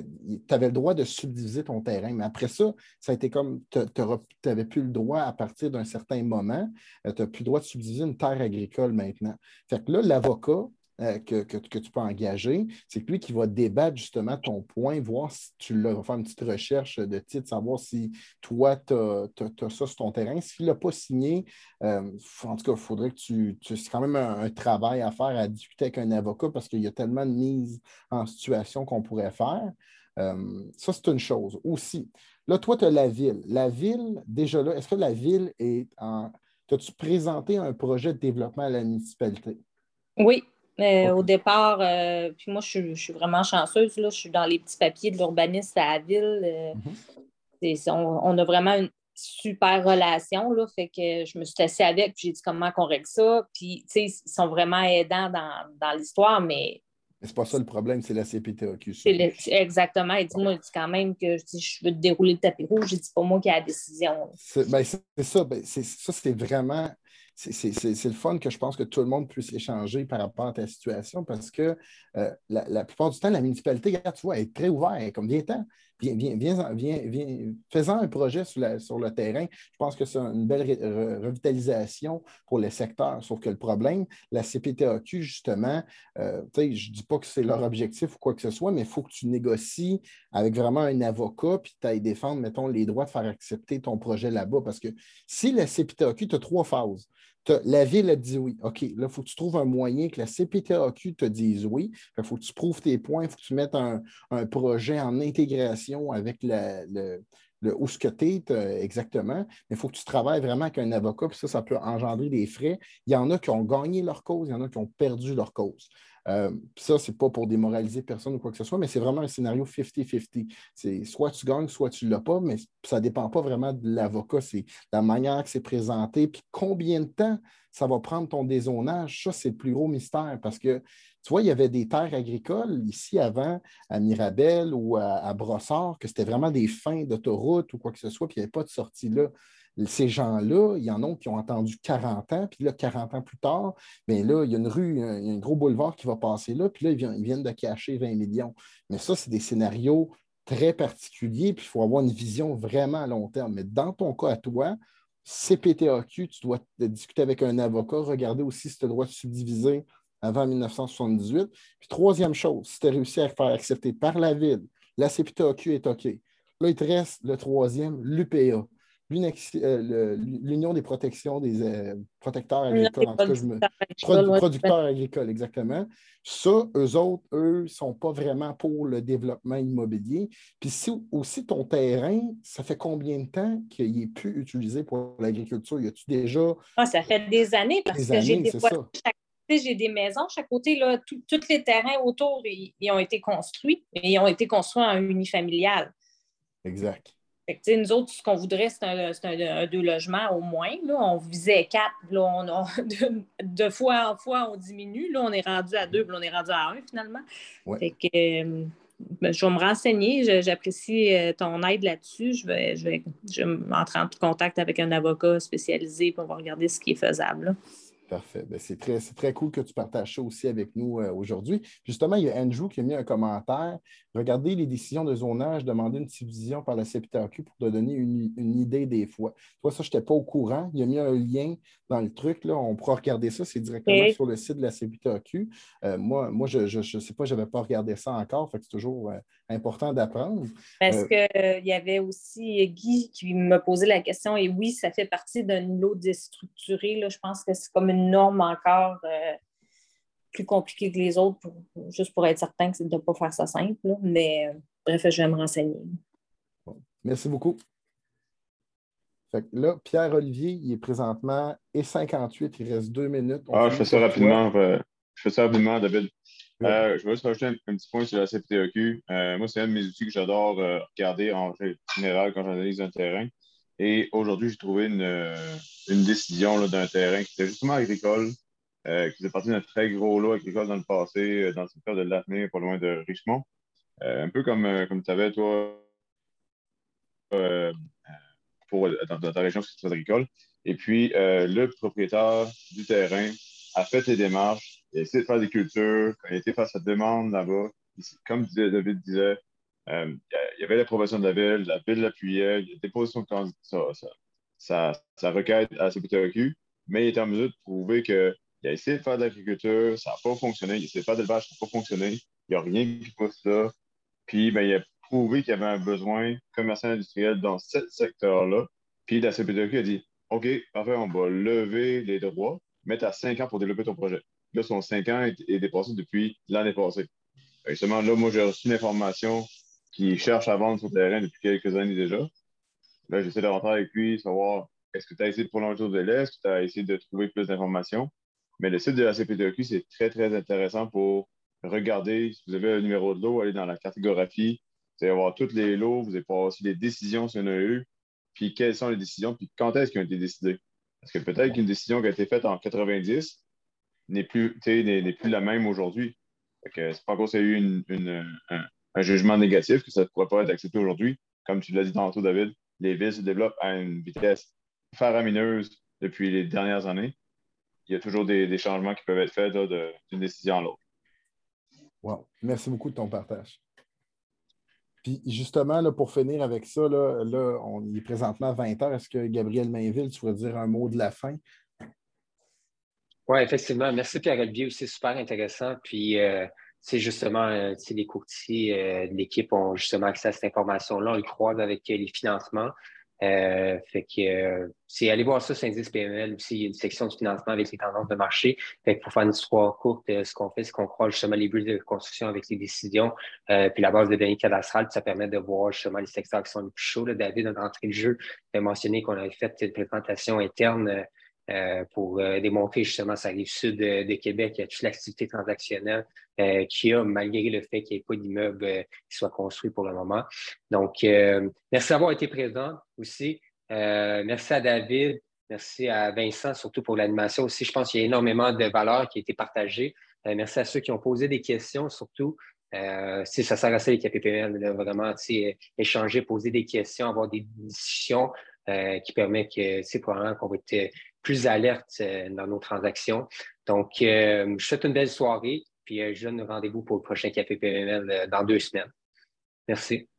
tu avais le droit de subdiviser ton terrain. Mais après ça, ça a été comme tu n'avais plus le droit à partir d'un certain moment, euh, tu n'as plus le droit de subdiviser une terre agricole maintenant. Fait que là, l'avocat euh, que, que, que tu peux engager, c'est lui qui va débattre justement ton point, voir si tu l'as, va faire une petite recherche de titre, savoir si toi, tu as ça sur ton terrain. S'il ne l'a pas signé, euh, en tout cas, il faudrait que tu. tu c'est quand même un, un travail à faire, à discuter avec un avocat parce qu'il y a tellement de mises en situation qu'on pourrait faire. Euh, ça, c'est une chose. Aussi, là, toi, tu as la ville. La ville, déjà là, est-ce que la ville est en. As-tu présenté un projet de développement à la municipalité? Oui. Euh, OK. Au départ, euh, puis moi, je suis, je suis vraiment chanceuse. Là, je suis dans les petits papiers de l'urbaniste à la ville. Euh, Mm-hmm. c'est, on, on a vraiment une super relation. Là, fait que je me suis assise avec, puis j'ai dit comment on règle ça. Puis, tu sais, ils sont vraiment aidants dans, dans l'histoire, mais. Mais c'est pas ça le problème, c'est la C P T A Q. C'est le, exactement. Il dit, moi, il dit quand même que je, dis, je veux te dérouler le tapis rouge. J'ai dit, c'est pas moi qui ai la décision. C'est, ben, c'est, c'est ça. Ben, c'est, ça, c'est vraiment. C'est, c'est, c'est, c'est le fun que je pense que tout le monde puisse échanger par rapport à ta situation parce que euh, la, la plupart du temps, la municipalité, regarde, tu vois, elle est très ouverte. Elle est comme viens-t'en, viens, viens, viens, viens, viens, faisant un projet sur, la, sur le terrain. Je pense que c'est une belle ré, re, revitalisation pour le secteur. Sauf que le problème, la C P T A Q, justement, euh, je ne dis pas que c'est leur objectif ou quoi que ce soit, mais il faut que tu négocies avec vraiment un avocat puis tu ailles défendre, mettons, les droits de faire accepter ton projet là-bas. Parce que si la C P T A Q, tu as trois phases. La ville a dit oui. OK, là, il faut que tu trouves un moyen que la C P T A Q te dise oui. Il faut que tu prouves tes points, il faut que tu mettes un, un projet en intégration avec la, le, le, où ce que tu es exactement. Mais il faut que tu travailles vraiment avec un avocat, puis ça, ça peut engendrer des frais. Il y en a qui ont gagné leur cause, il y en a qui ont perdu leur cause. Euh, ça, ce n'est pas pour démoraliser personne ou quoi que ce soit, mais c'est vraiment un scénario cinquante cinquante. C'est soit tu gagnes, soit tu ne l'as pas, mais ça ne dépend pas vraiment de l'avocat. C'est la manière que c'est présenté, puis combien de temps ça va prendre ton dézonage. Ça, c'est le plus gros mystère parce que, tu vois, il y avait des terres agricoles ici avant, à Mirabel ou à, à Brossard, que c'était vraiment des fins d'autoroute ou quoi que ce soit, puis il n'y avait pas de sortie là. Ces gens-là, il y en a qui ont attendu quarante ans, puis là, quarante ans plus tard, bien là, il y a une rue, il y a un gros boulevard qui va passer là, puis là, ils viennent, ils viennent de cacher vingt millions. Mais ça, c'est des scénarios très particuliers, puis il faut avoir une vision vraiment à long terme. Mais dans ton cas à toi, C P T A Q, tu dois discuter avec un avocat, regarder aussi si tu as le droit de subdiviser avant dix-neuf cent soixante-dix-huit. Puis troisième chose, si tu as réussi à faire accepter par la ville, la C P T A Q est OK. Là, il te reste le troisième, l'U P A. L'Union des protections des euh, protecteurs agricoles, en tout cas, je me... Produ producteurs agricoles, exactement. Ça, eux autres, eux, ne sont pas vraiment pour le développement immobilier. Puis si aussi ton terrain, ça fait combien de temps qu'il n'est plus utilisé pour l'agriculture? Y a-tu déjà... Ah, ça fait des années parce des que j'ai des voitures, j'ai des maisons chaque côté. Là, tous les terrains autour, ils, ils ont été construits et ils ont été construits en unifamilial. Exact. Fait que, nous autres, ce qu'on voudrait, c'est un, un, un deux logements au moins. Là. On visait quatre. Là, on a, de, de fois en fois, on diminue. Là, on est rendu à deux, puis on est rendu à un finalement. Ouais. Fait que, euh, ben, je vais me renseigner. J'apprécie ton aide là-dessus. Je vais, je vais, je vais entrer en contact avec un avocat spécialisé pour regarder ce qui est faisable. Là. Parfait. Ben, c'est très, c'est très cool que tu partages ça aussi avec nous euh, aujourd'hui. Justement, il y a Andrew qui a mis un commentaire. Regardez les décisions de zonage, demander une subdivision par la C P T A Q pour te donner une, une idée des fois. Toi, ça, je n'étais pas au courant. Il a mis un lien dans le truc. Là. On pourra regarder ça. C'est directement okay. sur le site de la C P T A Q. Euh, moi, moi, je ne sais pas, je n'avais pas regardé ça encore. Fait que c'est toujours euh, important d'apprendre. Parce euh, qu'il euh, y avait aussi Guy qui me posait la question. Et oui, ça fait partie d'un lot déstructuré. Là. Je pense que c'est comme une norme encore euh, plus compliquée que les autres, pour, juste pour être certain que c'est de ne pas faire ça simple. Là. Mais euh, bref, je vais me renseigner. Bon. Merci beaucoup. Fait que là, Pierre-Olivier, il est présentement et cinquante-huit, il reste deux minutes. On ah, je fais ça rapidement. Euh, je fais ça rapidement, David. Euh, je vais juste rajouter un, un petit point sur la C P T A Q. Euh, moi, c'est un de mes outils que j'adore euh, regarder en général quand j'analyse un terrain. Et aujourd'hui, j'ai trouvé une, une décision là, d'un terrain qui était justement agricole, euh, qui faisait partie d'un très gros lot agricole dans le passé, euh, dans le secteur de Latané, pas loin de Richemont. Euh, un peu comme, euh, comme tu avais, toi, euh, pour, dans, dans ta région, c'est très agricole. Et puis, euh, le propriétaire du terrain a fait les démarches, il a essayé de faire des cultures, quand il était face à cette demande là-bas, comme disait, David disait, euh, il y avait l'approbation de la ville, la ville l'appuyait, il a déposé son, sa, sa, sa requête à la C P T A Q, mais il était en mesure de prouver qu'il a essayé de faire de l'agriculture, ça n'a pas fonctionné, il a essayé de faire de l'élevage, ça n'a pas fonctionné, il n'y a rien qui pousse ça. Puis, ben, il a prouvé qu'il y avait un besoin commercial industriel dans ce secteur-là. Puis, la C P T A Q a dit OK, parfait, on va lever les droits, mettre à cinq ans pour développer ton projet. Là, son cinq ans est, est dépassé depuis l'année passée. Justement, là, moi, j'ai reçu une information qui cherche à vendre son terrain depuis quelques années déjà. Là, j'essaie de rentrer avec lui, savoir est-ce que tu as essayé de prolonger le délai, est-ce que tu as essayé de trouver plus d'informations. Mais le site de la C P T A Q, c'est très, très intéressant pour regarder. Si vous avez un numéro de lot, allez dans la cartographie, vous allez avoir tous les lots, vous allez pouvoir aussi les décisions s'il y en a eu, puis quelles sont les décisions, puis quand est-ce qu'elles ont été décidées. Parce que peut-être qu'une décision qui a été faite en quatre-vingt-dix n'est plus, n'est plus la même aujourd'hui. C'est pas encore s'il y a eu une, une, un, un jugement négatif que ça ne pourrait pas être accepté aujourd'hui. Comme tu l'as dit tantôt, David, les villes se développent à une vitesse faramineuse depuis les dernières années. Il y a toujours des, des changements qui peuvent être faits d'une décision à l'autre. Wow. Merci beaucoup de ton partage. Puis justement, là, pour finir avec ça, là, là, on est présentement à vingt heures. Est-ce que Gabriel Mainville, tu pourrais dire un mot de la fin? Oui, effectivement. Merci Pierre-Olivier aussi, super intéressant. Puis, euh, c'est justement, euh, les courtiers euh, de l'équipe ont justement accès à cette information-là. On le croise avec euh, les financements. Euh, fait que euh, c'est aller voir ça sur Indice P M L aussi. Il y a une section de financement avec les tendances de marché. Fait que pour faire une histoire courte, euh, ce qu'on fait, c'est qu'on croise justement les bulles de construction avec les décisions, euh, puis la base de données cadastrales, puis ça permet de voir justement les secteurs qui sont les plus chauds. Là, David, dans l'entrée de jeu, a mentionné qu'on avait fait une présentation interne euh, Euh, pour euh, démontrer justement sa rive sud de, de Québec, il y a toute l'activité transactionnelle euh, qu'il y a, malgré le fait qu'il n'y ait pas d'immeuble euh, qui soit construit pour le moment. Donc, euh, merci d'avoir été présent aussi. Euh, merci à David, merci à Vincent, surtout pour l'animation aussi. Je pense qu'il y a énormément de valeur qui a été partagée. Euh, merci à ceux qui ont posé des questions, surtout. Euh, si ça sert à ça, les K P P M L, vraiment échanger, poser des questions, avoir des discussions euh, qui permettent que c'est probablement qu'on va être plus alerte euh, dans nos transactions. Donc, euh, je vous souhaite une belle soirée, puis euh, je donne rendez-vous pour le prochain Café P M L euh, dans deux semaines. Merci.